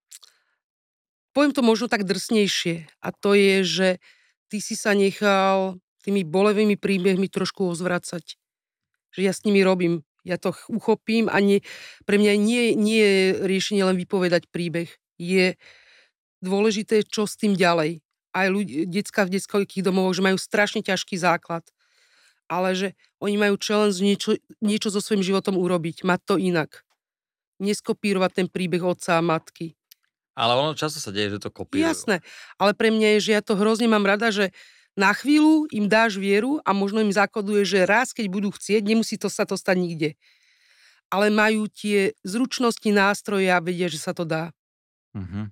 poviem to možno tak drsnejšie. A to je, že ty si sa nechal tými bolevými príbehmi trošku ozvracať. Že ja s nimi robím. Ja to uchopím a nie, pre mňa nie, nie je riešenie len vypovedať príbeh. Je dôležité, čo s tým ďalej. Aj ľudí, decká v detských domovoch, že majú strašne ťažký základ. Ale že oni majú challenge niečo, niečo so svojím životom urobiť. Mať to inak. Neskopírovať ten príbeh otca a matky. Ale ono často sa deje, že to kopírujú. Jasné. Ale pre mňa je, že ja to hrozne mám rada, že na chvíľu im dáš vieru a možno im zakoduje, že raz, keď budú chcieť, nemusí to sa to stať nikde. Ale majú tie zručnosti, nástroje a vedia, že sa to dá. Mm-hmm.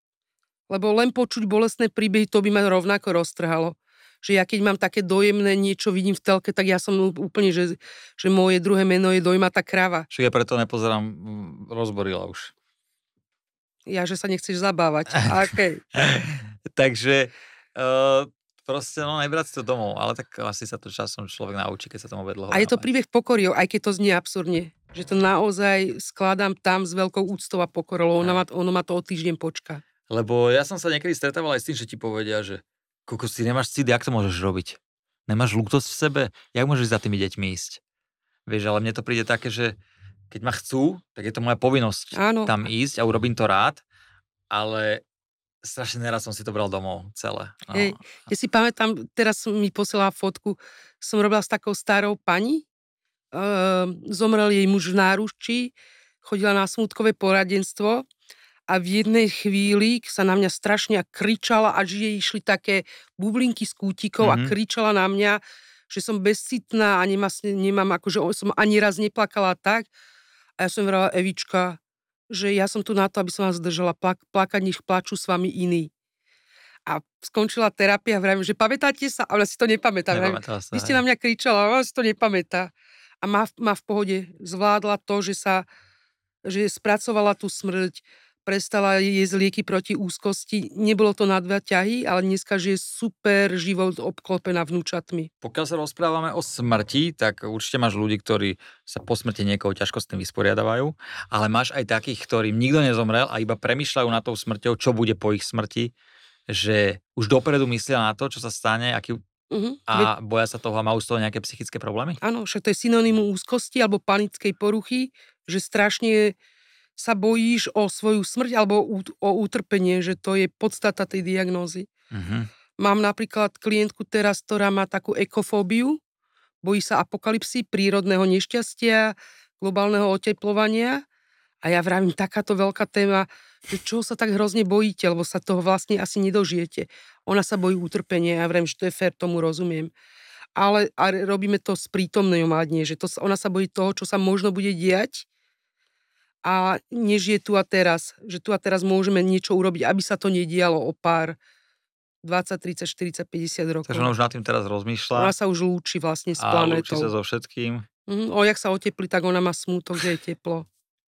Lebo len počuť bolestné príbehy, to by ma rovnako roztrhalo. Že ja keď mám také dojemné niečo, vidím v telke, tak ja som úplne, že, že moje druhé meno je dojmatá krava. Čiže ja preto nepozerám, rozborila už. Ja, že sa nechceš zabávať. Okay. Takže... Uh... Proste, no, nebrať si to domov, ale tak asi sa to časom človek naučí, keď sa tomu vedlo. A je to príbeh pokory, aj keď to znie absurdne. Že to naozaj skladám tam s veľkou úctou a pokorou, ono ma, ono ma to o týždeň počká. Lebo ja som sa niekedy stretával aj s tým, že ti povedia, že kokos, ty nemáš cít, jak to môžeš robiť? Nemáš ľútosť v sebe? Jak môžeš za tými deťmi ísť? Vieš, ale mne to príde také, že keď ma chcú, tak je to moja povinnosť Áno. tam ísť a urobím to rád, ale strašne neraz som si to bral domov celé. No. Hej, ja si pamätám, teraz mi posielala fotku, som robila s takou starou pani, uh, zomrel jej muž v náručí, chodila na smutkové poradenstvo a v jednej chvíli sa na mňa strašne kričala, až jej išli také bublinky z kútikov mm-hmm. a kričala na mňa, že som bezcitná a nemá, nemám, akože som ani raz neplakala tak. A ja som vrala, Evička, že ja som tu na to, aby som vás zdržala plak- plakať, nech plačú s vami iní. A skončila terapia, vravím, že pamätáte sa? A ona si to nepamätá. Vy ste na mňa kričala, ona si to nepamätá. A má, má v pohode, zvládla to, že sa, že spracovala tú smrť, prestala jesť lieky proti úzkosti. Nebolo to na dva ťahy, ale dneska žije super život obklopená vnúčatmi. Pokiaľ sa rozprávame o smrti, tak určite máš ľudí, ktorí sa po smrti niekoho ťažko s tým vysporiadavajú, ale máš aj takých, ktorým nikto nezomrel a iba premýšľajú nad tou smrťou, čo bude po ich smrti, že už dopredu myslia na to, čo sa stane, aký uh-huh. a boja sa toho a majú z toho nejaké psychické problémy? Áno, však to je synonymum úzkosti alebo panickej poruchy, že strašne sa bojíš o svoju smrť alebo o utrpenie, že to je podstata tej diagnózy. Uh-huh. Mám napríklad klientku teraz, ktorá má takú ekofóbiu, bojí sa apokalypsy, prírodného nešťastia, globálneho oteplovania a ja vravím, takáto veľká téma, že čo sa tak hrozne bojíte, lebo sa toho vlastne asi nedožijete. Ona sa bojí utrpenia, ja vravím, že to je fér, tomu rozumiem. Ale a robíme to s prítomnou mladne, že to, ona sa bojí toho, čo sa možno bude diať, a nežije tu a teraz, že tu a teraz môžeme niečo urobiť, aby sa to nedialo o pár dvadsať, tridsať, štyridsať, päťdesiat rokov. Takže ona už nad tým teraz rozmýšľa. Ona sa už lúči vlastne s planétou. A lúči sa so všetkým. Mm, o, jak sa oteplí, tak ona má smútok, že je teplo.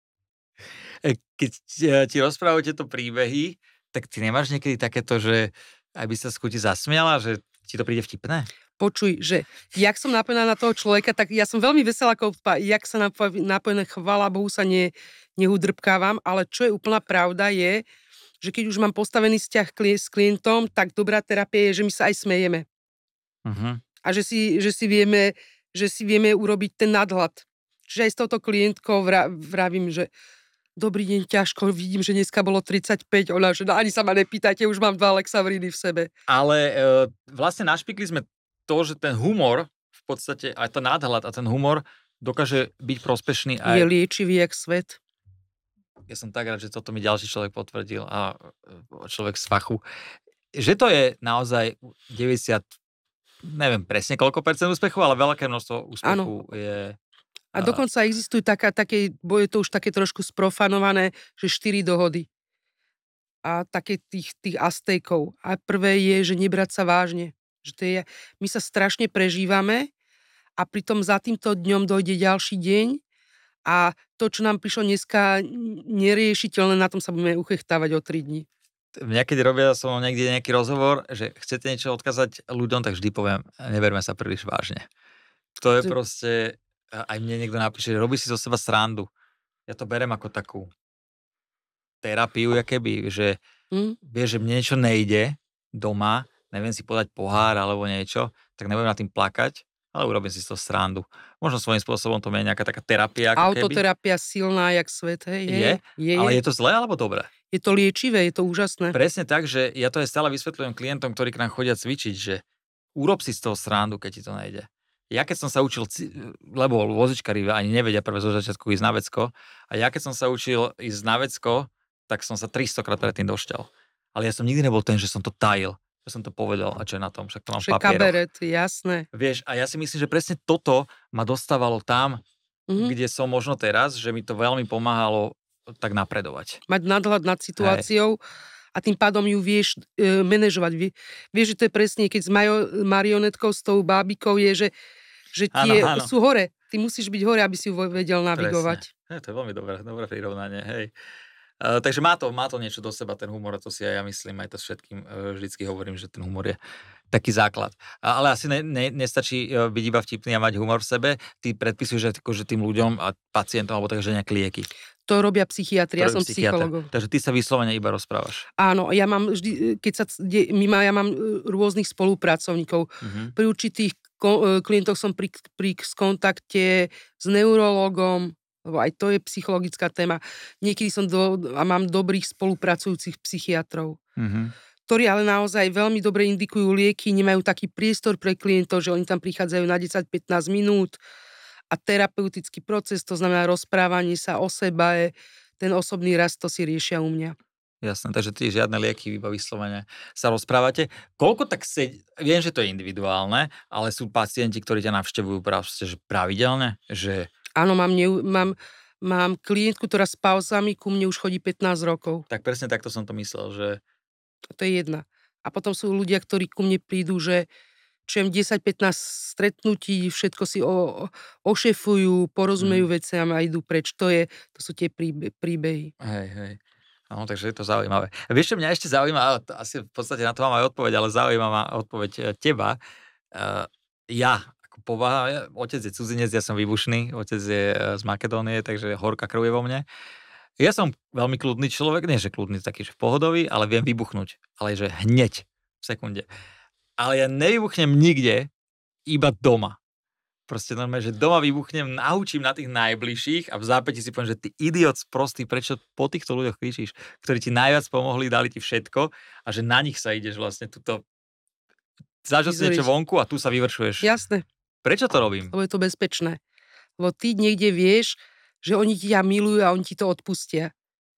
Keď ti rozprávajú tieto príbehy, tak ty nemáš niekedy takéto, že aby sa skúti zasmiala, že ti to príde vtipné? Počuj, že jak som napojená na toho človeka, tak ja som veľmi veselá kopa, jak sa napojená, chvála Bohu sa ne, neudrbkávam, ale čo je úplná pravda je, že keď už mám postavený vzťah s klientom, tak dobrá terapia je, že my sa aj smejeme. Uh-huh. A že si, že si vieme, že si vieme urobiť ten nadhľad. Čiže aj s touto klientkou vra, vravím, že dobrý deň, ťažko, vidím, že dneska bolo tridsaťpäť, ona, že no, ani sa ma nepýtajte, už mám dva Lexavriny v sebe. Ale e, vlastne našpikli sme to, že ten humor, v podstate aj ten nadhľad a ten humor dokáže byť prospešný aj... Je liečivý jak svet. Ja som tak rád, že toto mi ďalší človek potvrdil a človek z fachu. Že to je naozaj deväťdesiat, neviem presne koľko percent úspechu, ale veľké množstvo úspechu ano. je... A dokonca existujú taká, také, bo je to už také trošku sprofanované, že štyri dohody. A také tých, tých Aztékov. A prvé je, že nebrať sa vážne. Že to je, my sa strašne prežívame a pritom za týmto dňom dojde ďalší deň a to, čo nám prišlo dneska neriešiteľné, na tom sa budeme uchechtávať o tri dni. Mňa keď robia som niekde nejaký rozhovor, že chcete niečo odkázať ľuďom, tak vždy poviem, neberme sa príliš vážne. To je proste... Aj mne niekto napíše, že robí si zo seba srandu. Ja to berem ako takú terapiu, jakéby, že mm. vieš, že mne niečo nejde doma, neviem si podať pohár alebo niečo, tak nebudem na tým plakať, ale urobím si z toho srandu. Možno svojím spôsobom to je nejaká taká terapia. Ako Autoterapia keby. Silná, jak svet. Hej, je? je? Ale je to zlé alebo dobré? Je to liečivé, je to úžasné. Presne tak, že ja to aj stále vysvetľujem klientom, ktorí k nám chodia cvičiť, že urob si z toho srandu, keď ti to nejde. Ja keď som sa učil, lebo vozičkári ani nevedia prvé zo začiatku ísť na vecko, a ja keď som sa učil ísť na vecko, tak som sa tristokrát predtým došťal. Ale ja som nikdy nebol ten, že som to tajil, že som to povedal, a čo je na tom, však to mám v papieroch. Kabaret, jasné. Vieš, a ja si myslím, že presne toto ma dostávalo tam, mm-hmm. kde som možno teraz, že mi to veľmi pomáhalo tak napredovať. Mať nadhľad nad situáciou. Hej. A tým pádom ju vieš e, manažovať. Vie, vieš, že to je presne, keď s majo, marionetkou, s tou bábikou je, že, že tie áno, áno. sú hore. Ty musíš byť hore, aby si ju vedel navigovať. Hej, to je veľmi dobré, dobré prirovnanie. Hej. Uh, takže má to, má to niečo do seba, ten humor, a to si aj ja myslím, aj to všetkým uh, vždycky hovorím, že ten humor je taký základ. A, ale asi ne, ne, nestačí uh, byť iba vtipný a mať humor v sebe. Ty predpisuješ že tým ľuďom a pacientom, alebo takže nejaké lieky. To robia psychiatri, ja som psychologom. Takže ty sa vyslovene iba rozprávaš. Áno, ja mám vždy, keď sa, my má, ja mám rôznych spolupracovníkov. Uh-huh. Pri určitých ko, klientoch som pri, pri kontakte s neurologom, lebo aj to je psychologická téma. Niekedy som do, a mám dobrých spolupracujúcich psychiatrov, uh-huh. ktorí ale naozaj veľmi dobre indikujú lieky, nemajú taký priestor pre klientov, že oni tam prichádzajú na desať až pätnásť minút. A terapeutický proces, to znamená rozprávanie sa o sebe, ten osobný rast, to si riešia u mňa. Jasné, takže ty žiadne lieky, iba vyslovene sa rozprávate. Koľko tak sedí, viem, že to je individuálne, ale sú pacienti, ktorí ťa navštevujú proste, že pravidelne? Že... Áno, mám, ne, mám, mám klientku, ktorá s pauzami ku mne už chodí pätnásť rokov. Tak presne takto som to myslel, že... To je jedna. A potom sú ľudia, ktorí ku mne prídu, že čo jem desať pätnásť stretnutí, všetko si o, ošefujú, porozumejú mm. veciam a idú preč. To, je, to sú tie príbe, príbehy. Hej, hej. No, takže je to zaujímavé. A vieš, čo mňa ešte zaujíma, asi v podstate na to mám aj odpoveď, ale zaujíma ma odpoveď teba. Uh, ja, ako povaha, ja, otec je cudzinec, ja som výbušný, otec je z Makedónie, takže horká krv je vo mne. Ja som veľmi kľudný človek, nie že kľudný, taký, že pohodový, ale viem vybuchnúť. Ale že hneď, v sekunde. Ale ja nevybuchnem nikde, iba doma. Proste normálne, že doma vybuchnem, naučím na tých najbližších a v zápäti si poviem, že ty idiot sprostý, prečo po týchto ľuďoch kričíš, ktorí ti najviac pomohli, dali ti všetko a že na nich sa ideš vlastne tuto, zažil si niečo vonku a tu sa vyvršuješ. Jasné. Prečo to robím? Lebo je to bezpečné. Lebo ty niekde vieš, že oni ti ťa milujú a oni ti to odpustia.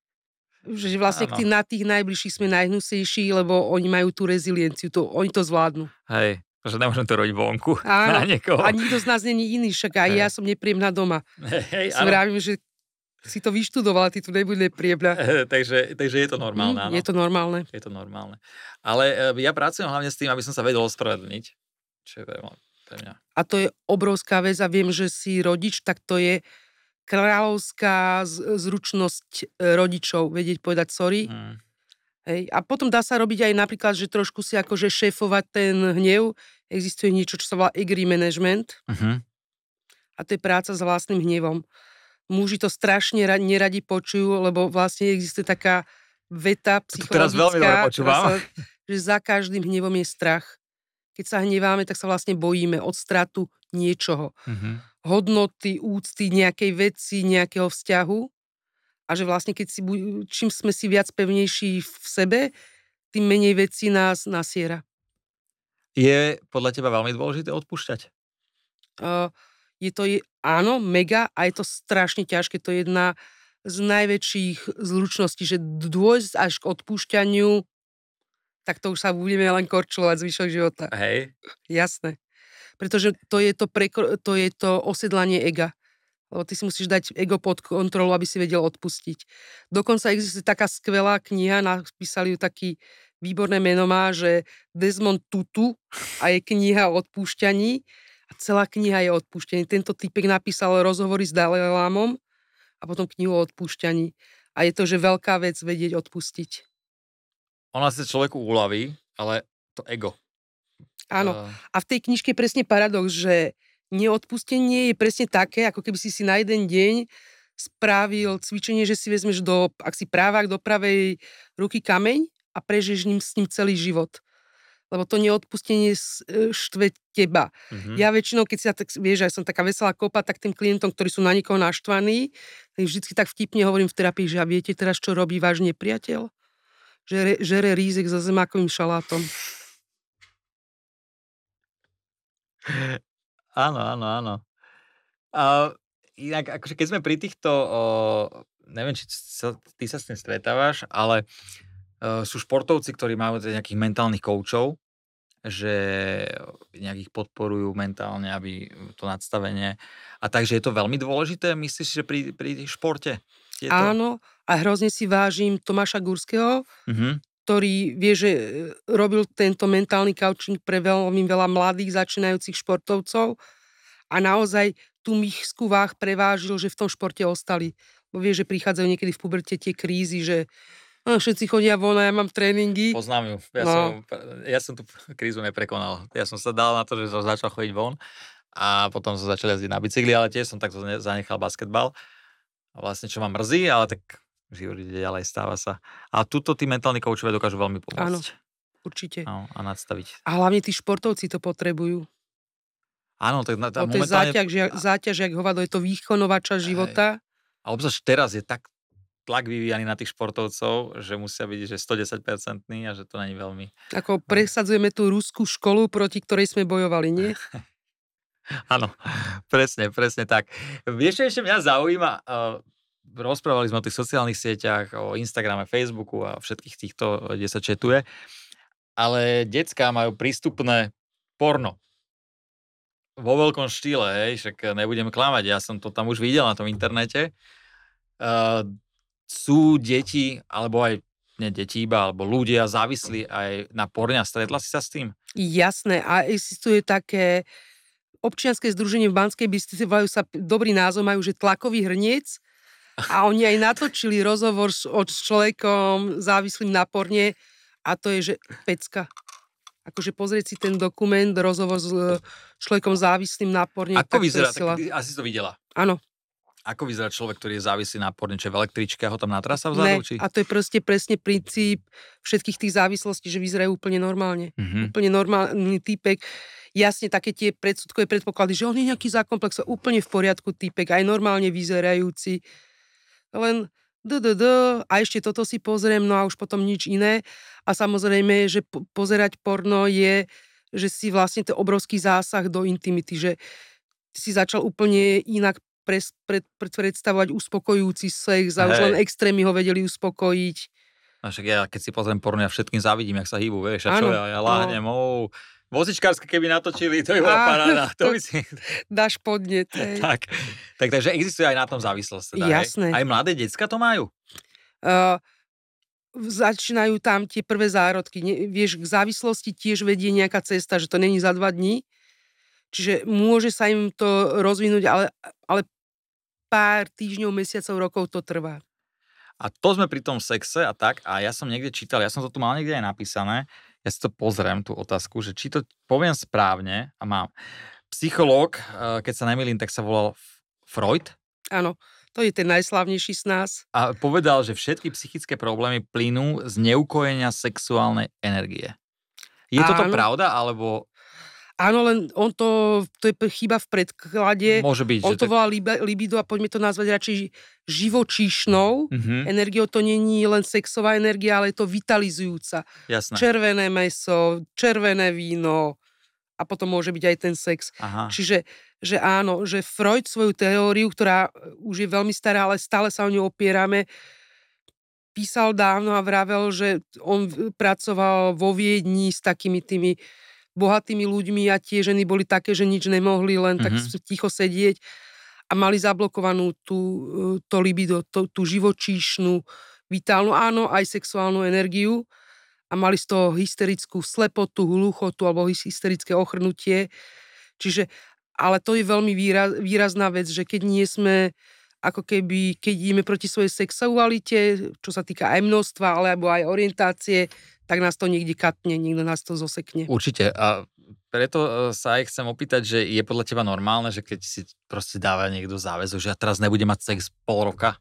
Že vlastne k tým, na tých najbližších sme najhnusejší, lebo oni majú tú rezilienciu, to, oni to zvládnu. Hej, že nemôžem to robiť vonku. Áno, na niekoho. A nikto z nás není iný, však aj ja som nepríjemná doma. Hej, som vravím, že si to vyštudovala, ty tu nebuď nepríjemná. takže, takže je to normálne, áno. Je to normálne. Je to normálne. Ale ja pracujem hlavne s tým, aby som sa vedel ospravedlniť. Čo je pre mňa. A to je obrovská vec a viem, že si rodič, tak to je kráľovská zručnosť rodičov, vedieť povedať sorry. Hmm. Hej. A potom dá sa robiť aj napríklad, že trošku si akože šéfovať ten hnev. Existuje niečo, čo sa volá angry management. Uh-huh. A to je práca s vlastným hnevom. Muži to strašne ra- neradi počujú, lebo vlastne existuje taká veta psychologická. Teraz veľmi dobre počúvam. Sa, že za každým hnevom je strach. Keď sa hneváme, tak sa vlastne bojíme od stratu niečoho. Uh-huh. Hodnoty, úcty, nejakej veci, nejakého vzťahu. A že vlastne, keď si, čím sme si viac pevnejší v sebe, tým menej vecí nás nasiera. Je podľa teba veľmi dôležité odpúšťať? Uh, je to, je, áno, mega, a je to strašne ťažké. To je jedna z najväčších zručností, že dôjsť až k odpúšťaniu, tak to už sa budeme len korčulovať zvyšok života. Hej. Jasné. Pretože to je to, prekro, to, je to osedlanie ega. Lebo ty si musíš dať ego pod kontrolu, aby si vedel odpustiť. Dokonca existuje taká skvelá kniha, napísali ju taký výborné meno má, že Desmond Tutu a je kniha o odpúšťaní a celá kniha je o odpúšťaní. Tento typek napísal rozhovory s Dalajlámom a potom knihu o odpúšťaní. A je to, že veľká vec vedieť odpustiť. Ona sa človeku uľaví, ale to ego. Áno. Uh... A v tej knižke je presne paradox, že neodpustenie je presne také, ako keby si si na jeden deň spravil cvičenie, že si vezmeš do, ak si právák, do pravej ruky kameň a prežiješ ním, s ním celý život. Lebo to neodpustenie štve teba. Mm-hmm. Ja väčšinou, keď si ja tak, vieš, že som taká veselá kopa, tak tým klientom, ktorí sú na niekoho naštvaní, tak vždycky tak vtipne hovorím v terapii, že a viete teraz, čo robí váš nepriateľ? Žere, žere rízek so zemákovým šalátom. Áno, áno, áno. A inak, akože keď sme pri týchto, o, neviem, či sa, ty sa s tým stretávaš, ale o, sú športovci, ktorí majú nejakých mentálnych koučov, že nejakých podporujú mentálne, aby to nadstavenie. A takže je to veľmi dôležité, myslíš, že pri, pri športe? Je to... Áno, a hrozne si vážim Tomáša Gurského, uh-huh. ktorý vie, že robil tento mentálny coaching pre veľmi veľa mladých začínajúcich športovcov a naozaj tú myšskú váh prevážil, že v tom športe ostali. Bo vie, že prichádzajú niekedy v puberte tie krízy, že no, všetci chodia von a ja mám tréningy. Poznám ju. Ja, no. som, ja som tú krízu neprekonal. Ja som sa dal na to, že som začal chodiť von a potom som začal jazdiť na bicykli, ale tiež som takto zanechal basketbal. A vlastne, čo ma mrzí, ale tak život ide ďalej, stáva sa. A tuto tí mentálni koučovia dokážu veľmi pomôcť. Áno, určite. No, a nadstaviť. A hlavne tí športovci to potrebujú. Áno, tak na, to momentálne... je záťaž, záťaž, jak hovado, je to výkonová časť života. A obzvlášť teraz je tak tlak vyvíjaný na tých športovcov, že musia byť, že sto desať percent a že to není veľmi... Ako presadzujeme tú ruskú školu, proti ktorej sme bojovali, nie? Áno, presne, presne tak. Vieš, čo ešte mňa zaujíma? Uh, rozprávali sme o tých sociálnych sieťach, o Instagrame, Facebooku a všetkých týchto, kde sa četuje, ale decká majú prístupné porno. Vo veľkom štýle, hej, však nebudem klamať, ja som to tam už videl na tom internete. Uh, sú deti, alebo aj nie deti iba, alebo ľudia závislí aj na porne. Stretla si sa s tým? Jasné, a existuje také občianske združenie v Banskej Bystrici, volajú sa, dobrý názov majú, že tlakový hrniec, a oni aj natočili rozhovor s, s človekom závislým na porne a to je, že pecka. Akože pozrieť si ten dokument, rozhovor s človekom závislým na porne. Ako vyzerá? Tak, asi to videla. Áno. Ako vyzerá človek, ktorý je závislý na porne? Čo v električke ho tam natrasa vzadu? Ne, či? A to je proste presne princíp všetkých tých závislostí, že vyzerajú úplne normálne. Mm-hmm. Úplne normálny týpek. Jasne, také tie predsudkové predpoklady, že on je nejaký zákomplex, úplne v poriadku týpek, aj normálne vyzerajúci. Len d-d-d, a ešte toto si pozriem, no a už potom nič iné. A samozrejme, že po- pozerať porno je, že si vlastne to obrovský zásah do intimity, že si začal úplne inak pres, pred, pred, predstavovať uspokojujúci sex a už len extrémy ho vedeli uspokojiť. A však ja, keď si pozriem porno, ja všetkým závidím, jak sa hýbu, vieš, a čo, ja, ja láhnem, oh. Vozičkárske, keby natočili, to je bola paráda. To by si... Dáš podnet. tak, tak, takže existuje aj na tom závislosť. Teda, jasné. Aj mladé decka to majú? Uh, začínajú tam tie prvé zárodky. Ne, vieš, k závislosti tiež vedie nejaká cesta, že to není za dva dní. Čiže môže sa im to rozvinúť, ale, ale pár týždňov, mesiacov, rokov to trvá. A to sme pri tom sexe a tak, a ja som niekde čítal, ja som to tu mal niekde aj napísané, ja si to pozriem, tú otázku, že či to poviem správne, a mám. Psychológ, keď sa nemýlim, tak sa volal Freud. Áno, to je ten najslávnejší z nás. A povedal, že všetky psychické problémy plynú z neukojenia sexuálnej energie. Je toto Áno. pravda, alebo... Áno, len on to, to je chyba v predklade. Môže byť, on že to tak... volá libido a poďme to nazvať radšej živočíšnou Mm-hmm. energiou. To není len sexová energia, ale je to vitalizujúca. Jasné. Červené mäso, červené víno a potom môže byť aj ten sex. Aha. Čiže že áno, že Freud svoju teóriu, ktorá už je veľmi stará, ale stále sa o ňu opierame, písal dávno a vravel, že on pracoval vo Viedni s takými tými bohatými ľuďmi a tie ženy boli také, že nič nemohli, len mm-hmm. tak ticho sedieť a mali zablokovanú tú, to libido, to, tú živočíšnu, vitálnu, áno, aj sexuálnu energiu a mali z toho hysterickú slepotu, hluchotu alebo hysterické ochrnutie. Čiže, ale to je veľmi výraz, výrazná vec, že keď nie sme ako keby, keď ideme proti svojej sexualite, čo sa týka aj množstva, alebo aj orientácie, tak nás to niekde katne, niekto nás to zosekne. Určite. A preto sa aj chcem opýtať, že je podľa teba normálne, že keď si proste dáva niekto záväzok, že ja teraz nebudem mať sex pol roka,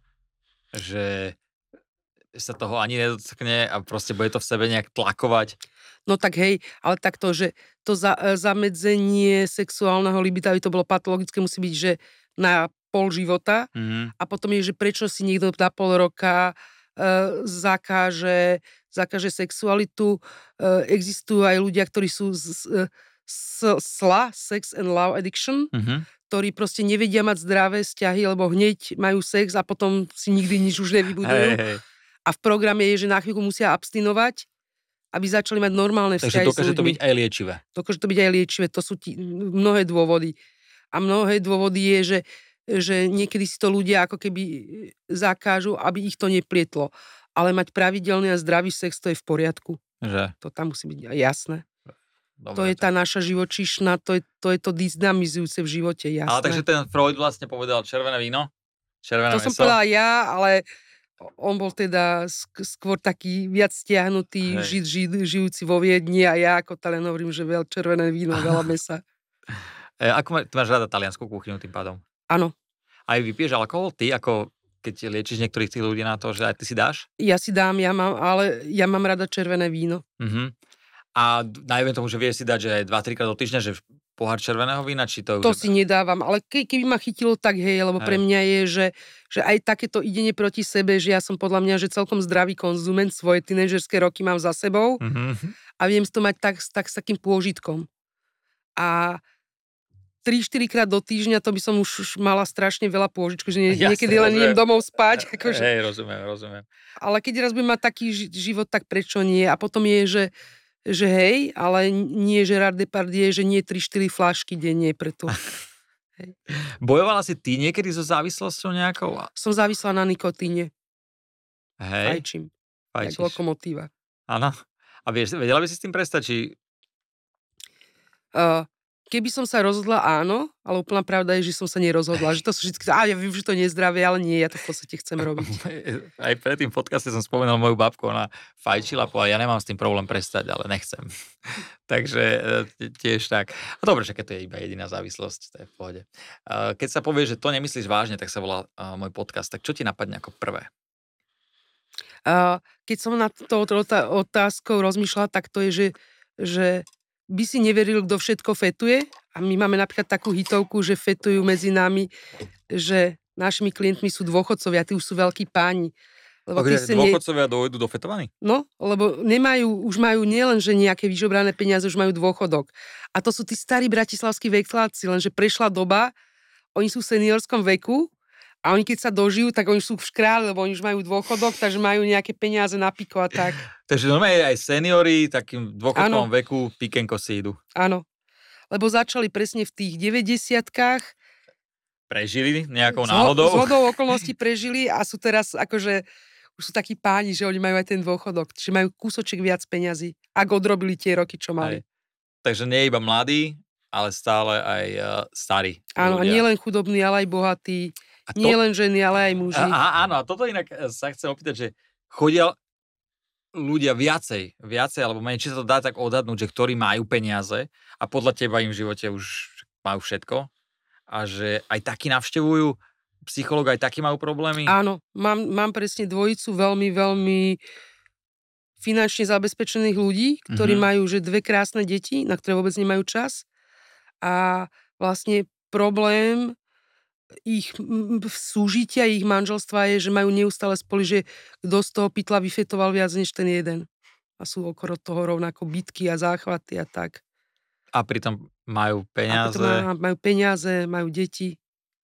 že sa toho ani nedotkne a proste bude to v sebe nejak tlakovať. No tak hej, ale takto, že to za, zamedzenie sexuálneho libida, aby to bolo patologické, musí byť, že na pol života mm-hmm. a potom je, že prečo si niekto na pol roka e, zakáže, zakáže sexualitu. E, existujú aj ľudia, ktorí sú z, z, z, sla, sex and love addiction, mm-hmm. ktorí proste nevedia mať zdravé vzťahy, lebo hneď majú sex a potom si nikdy nič už nevybudujú. Hey, hey. A v programe je, že na chvíľku musia abstinovať, aby začali mať normálne vzťahy. Takže dokáže to byť aj liečivé. Dokáže to byť aj liečivé. To sú tí, mnohé dôvody. A mnohé dôvody je, že, že niekedy si to ľudia ako keby zakážu, aby ich to neplietlo. Ale mať pravidelný a zdravý sex, to je v poriadku. Že? To tam musí byť jasné. Dobre, to je tá naša živočíšna, to je to, je to dynamizujúce v živote, jasné. Ale takže ten Freud vlastne povedal červené víno? Červené to mäso? som povedala ja, ale... On bol teda skôr taký viac stiahnutý, žid, žid, žijúci vo Viedni a ja ako Talian hovorím, že veľa červené víno, veľa mäsa. E, ako má, ty máš rada taliansku kuchyňu tým pádom? Áno. Aj vypiješ alkohol? Ty ako keď liečiš niektorých tých ľudí na to, že aj ty si dáš? Ja si dám, ja mám, ale ja mám rada červené víno. Uh-huh. A najmä tomu, že vieš si dať, že aj dva tri krát do týždňa, že pohár červeného vína, či to... To už... si nedávam, ale ke, keby ma chytilo, tak hej, lebo hej. Pre mňa je, že, že aj takéto idenie proti sebe, že ja som podľa mňa, že celkom zdravý konzument, svoje tínežerské roky mám za sebou uh-huh. a viem si to mať tak, tak s takým pôžitkom. A tri štyri krát do týždňa, to by som už, už mala strašne veľa pôžičku, že nie, Jasne, niekedy len rozumiem. idem domov spať. Akože. Hej, rozumiem, rozumiem. Ale keď raz budem mať taký život, tak prečo nie? A potom je, že že hej, ale nie Gerard Depardieu, že nie tri štyri fľašky denne, preto. Hej. Bojovala si ty niekedy so závislosťou nejakou? Som závislá na nikotíne. Hej. Fajčím. Jak lokomotíva. Áno. A vieš, vedela by si s tým prestať, či... Uh, keby som sa rozhodla, áno, ale úplná pravda je, že som sa nerozhodla. Že to sú vždy, á, ja viem, že to nie je zdravé, ale nie, ja to v podstate chcem robiť. Aj pred tým podcaste som spomenul moju babku, ona fajčila, a ja nemám s tým problém prestať, ale nechcem. Takže tiež tak. A dobre, že keď to je iba jediná závislosť, to je v pohode. Keď sa povie, že to nemyslíš vážne, tak sa volá môj podcast. Tak čo ti napadne ako prvé? Uh, keď som na touto otázkou rozmýšľala, tak to je, že, že by si neveril, kto všetko fetuje. A my máme napríklad takú hitovku, že fetujú medzi nami, že našimi klientmi sú dôchodcovia, tí už sú veľkí páni. Lebo okay, dôchodcovia ne... dojdu do fetovaní? No, lebo nemajú, už majú nielen, že nejaké vyžobrané peniaze, už majú dôchodok. A to sú tí starí bratislavskí vekláci, lenže prešla doba, oni sú v seniorskom veku a oni keď sa dožijú, tak oni sú v škráli, lebo oni už majú dôchodok, takže majú nejaké peniaze na piko a tak. Takže normálne aj seniori takým dôchodkovom veku pikenko si idú. Áno, lebo začali presne v tých deväťdesiatkách. Prežili nejakou náhodou? Z hodou okolností prežili a sú teraz akože, už sú takí páni, že oni majú aj ten dôchodok, čiže majú kúsoček viac peňazí, ak odrobili tie roky, čo mali. Aj. Takže nie iba mladí, ale stále aj uh, starí. Áno, ľudia. A nie len chudobní, ale aj bohatí. A to... Nie len ženy, ale aj muži. A, a, áno, a toto inak sa chcem opýtať, že chodia ľudia viacej, viacej, alebo menej, či sa to dá tak odhadnúť, že ktorí majú peniaze a podľa teba im v živote už majú všetko a že aj takí navštevujú psychológ, aj takí majú problémy? Áno, mám, mám presne dvojicu veľmi, veľmi finančne zabezpečených ľudí, ktorí Mhm. majú že dve krásne deti, na ktoré vôbec nemajú čas a vlastne problém ich m, v súžitia, ich manželstva je, že majú neustále spolu, že kto z toho pytla vyfetoval viac než ten jeden. A sú okolo toho rovnako bitky a záchvaty a tak. A pritom majú A peniaze, potom má, majú peniaze, majú deti.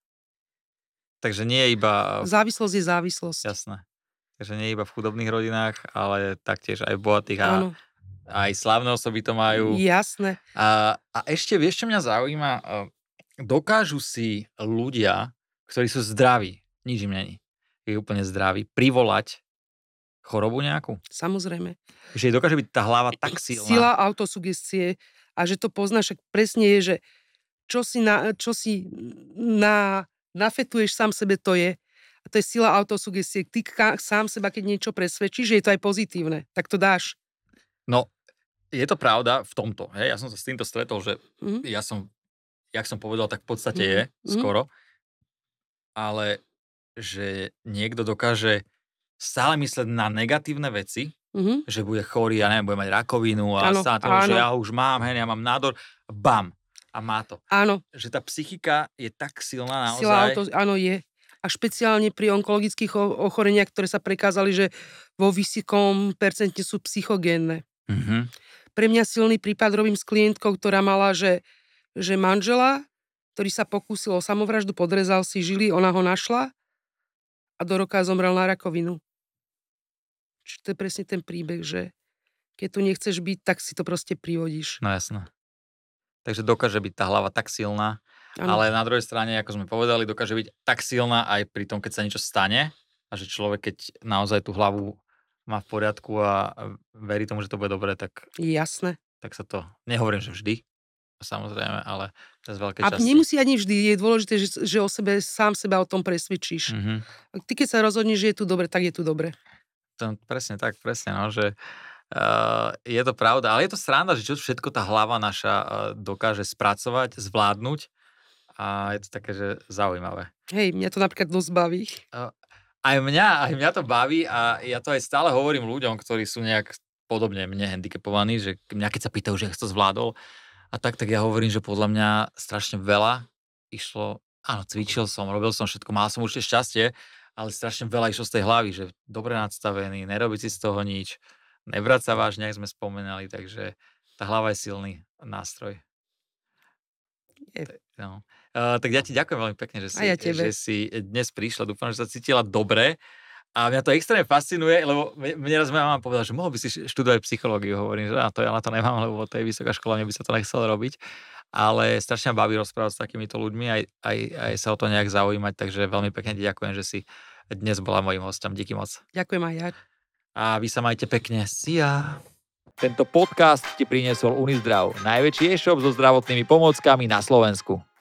takže nie je iba, Závislosť je závislosť. jasné, takže nie je iba v chudobných rodinách, ale taktiež aj v bohatých a Áno, aj slávne osoby to majú. jasné. A, a ešte vieš, čo mňa zaujíma? A dokážu si ľudia, ktorí sú zdraví, nič im není, je úplne zdraví, privolať chorobu nejakú? Samozrejme. Že dokáže byť tá hlava tak silná. Sila autosugestie a že to poznáš, však presne je, že čo si, na, čo si na, nafetuješ sám sebe, to je. A to je sila autosugestie. Ty ka, sám seba, keď niečo presvedčíš, že je to aj pozitívne, tak to dáš. No, je to pravda v tomto. Hej? Ja som sa s týmto stretol, že Mhm. ja som, jak som povedal, tak v podstate Mhm. je Mhm. skoro. Ale že niekto dokáže stále mysleť na negatívne veci, Mhm. že bude chorý, ja neviem, bude mať rakovinu a Áno, sa toho, že áno. ja ho už mám, hej, ja mám nádor, bam, a má to. Áno, Že tá psychika je tak silná naozaj. sila auto, áno, je. A špeciálne pri onkologických o- ochoreniach, ktoré sa prekázali, že vo vysokom percente sú psychogénne. Mhm. Pre mňa silný prípad robím s klientkou, ktorá mala, že, že manžela, ktorý sa pokúsil o samovraždu, podrezal si žily, ona ho našla a do roka zomrel na rakovinu. Čiže to je presne ten príbeh, že keď tu nechceš byť, tak si to proste privodíš. No jasné. Takže dokáže byť tá hlava tak silná, Áno. ale na druhej strane, ako sme povedali, dokáže byť tak silná aj pri tom, keď sa niečo stane a že človek, keď naozaj tú hlavu má v poriadku a verí tomu, že to bude dobre, tak, Jasné. tak sa to, nehovorím, že vždy, samozrejme, ale z veľkej A časti. nemusí ani vždy. Je dôležité, že, že o sebe, sám seba o tom presvedčíš. Mhm. A ty, keď sa rozhodneš, že je tu dobre, tak je tu dobre. To, presne tak, presne, no, že uh, je to pravda, ale je to sranda, že čo všetko tá hlava naša uh, dokáže spracovať, zvládnuť a je to také, že zaujímavé. Hej, mňa to napríklad dosť baví. Aj mňa, aj mňa to baví a ja to aj stále hovorím ľuďom, ktorí sú nejak podobne mne handicapovaní, že mňa keď sa pýtajú, že to zvládol a tak, tak ja hovorím, že podľa mňa strašne veľa išlo, áno, cvičil som, robil som všetko, mal som určite šťastie, ale strašne veľa išlo z tej hlavy, že dobre nadstavený, nerobiť si z toho nič, nebrať sa vážne, jak sme spomenali, takže tá hlava je silný nástroj. Je. No. Uh, tak ja ti ďakujem veľmi pekne, že si, A ja tebe. že si dnes prišla, dúfam, že sa cítila dobre. A mňa to extrémne fascinuje, lebo mne raz moja mama povedala, že mohol by si študovať psychológiu. Hovorím, že to ja na to nemám, lebo to je vysoká škola, mne by sa to nechcelo robiť. Ale strašne ma baví rozprávať s takýmito ľuďmi, aj, aj, aj sa o to nejak zaujímať, takže veľmi pekne ti ďakujem, že si dnes bola mojím hosťom. Díky moc. Ďakujem aj ja. A vy sa majte pekne. See ya. Tento podcast ti priniesol Unizdrav, najväčší e-shop so zdravotnými pomôckami na Slovensku.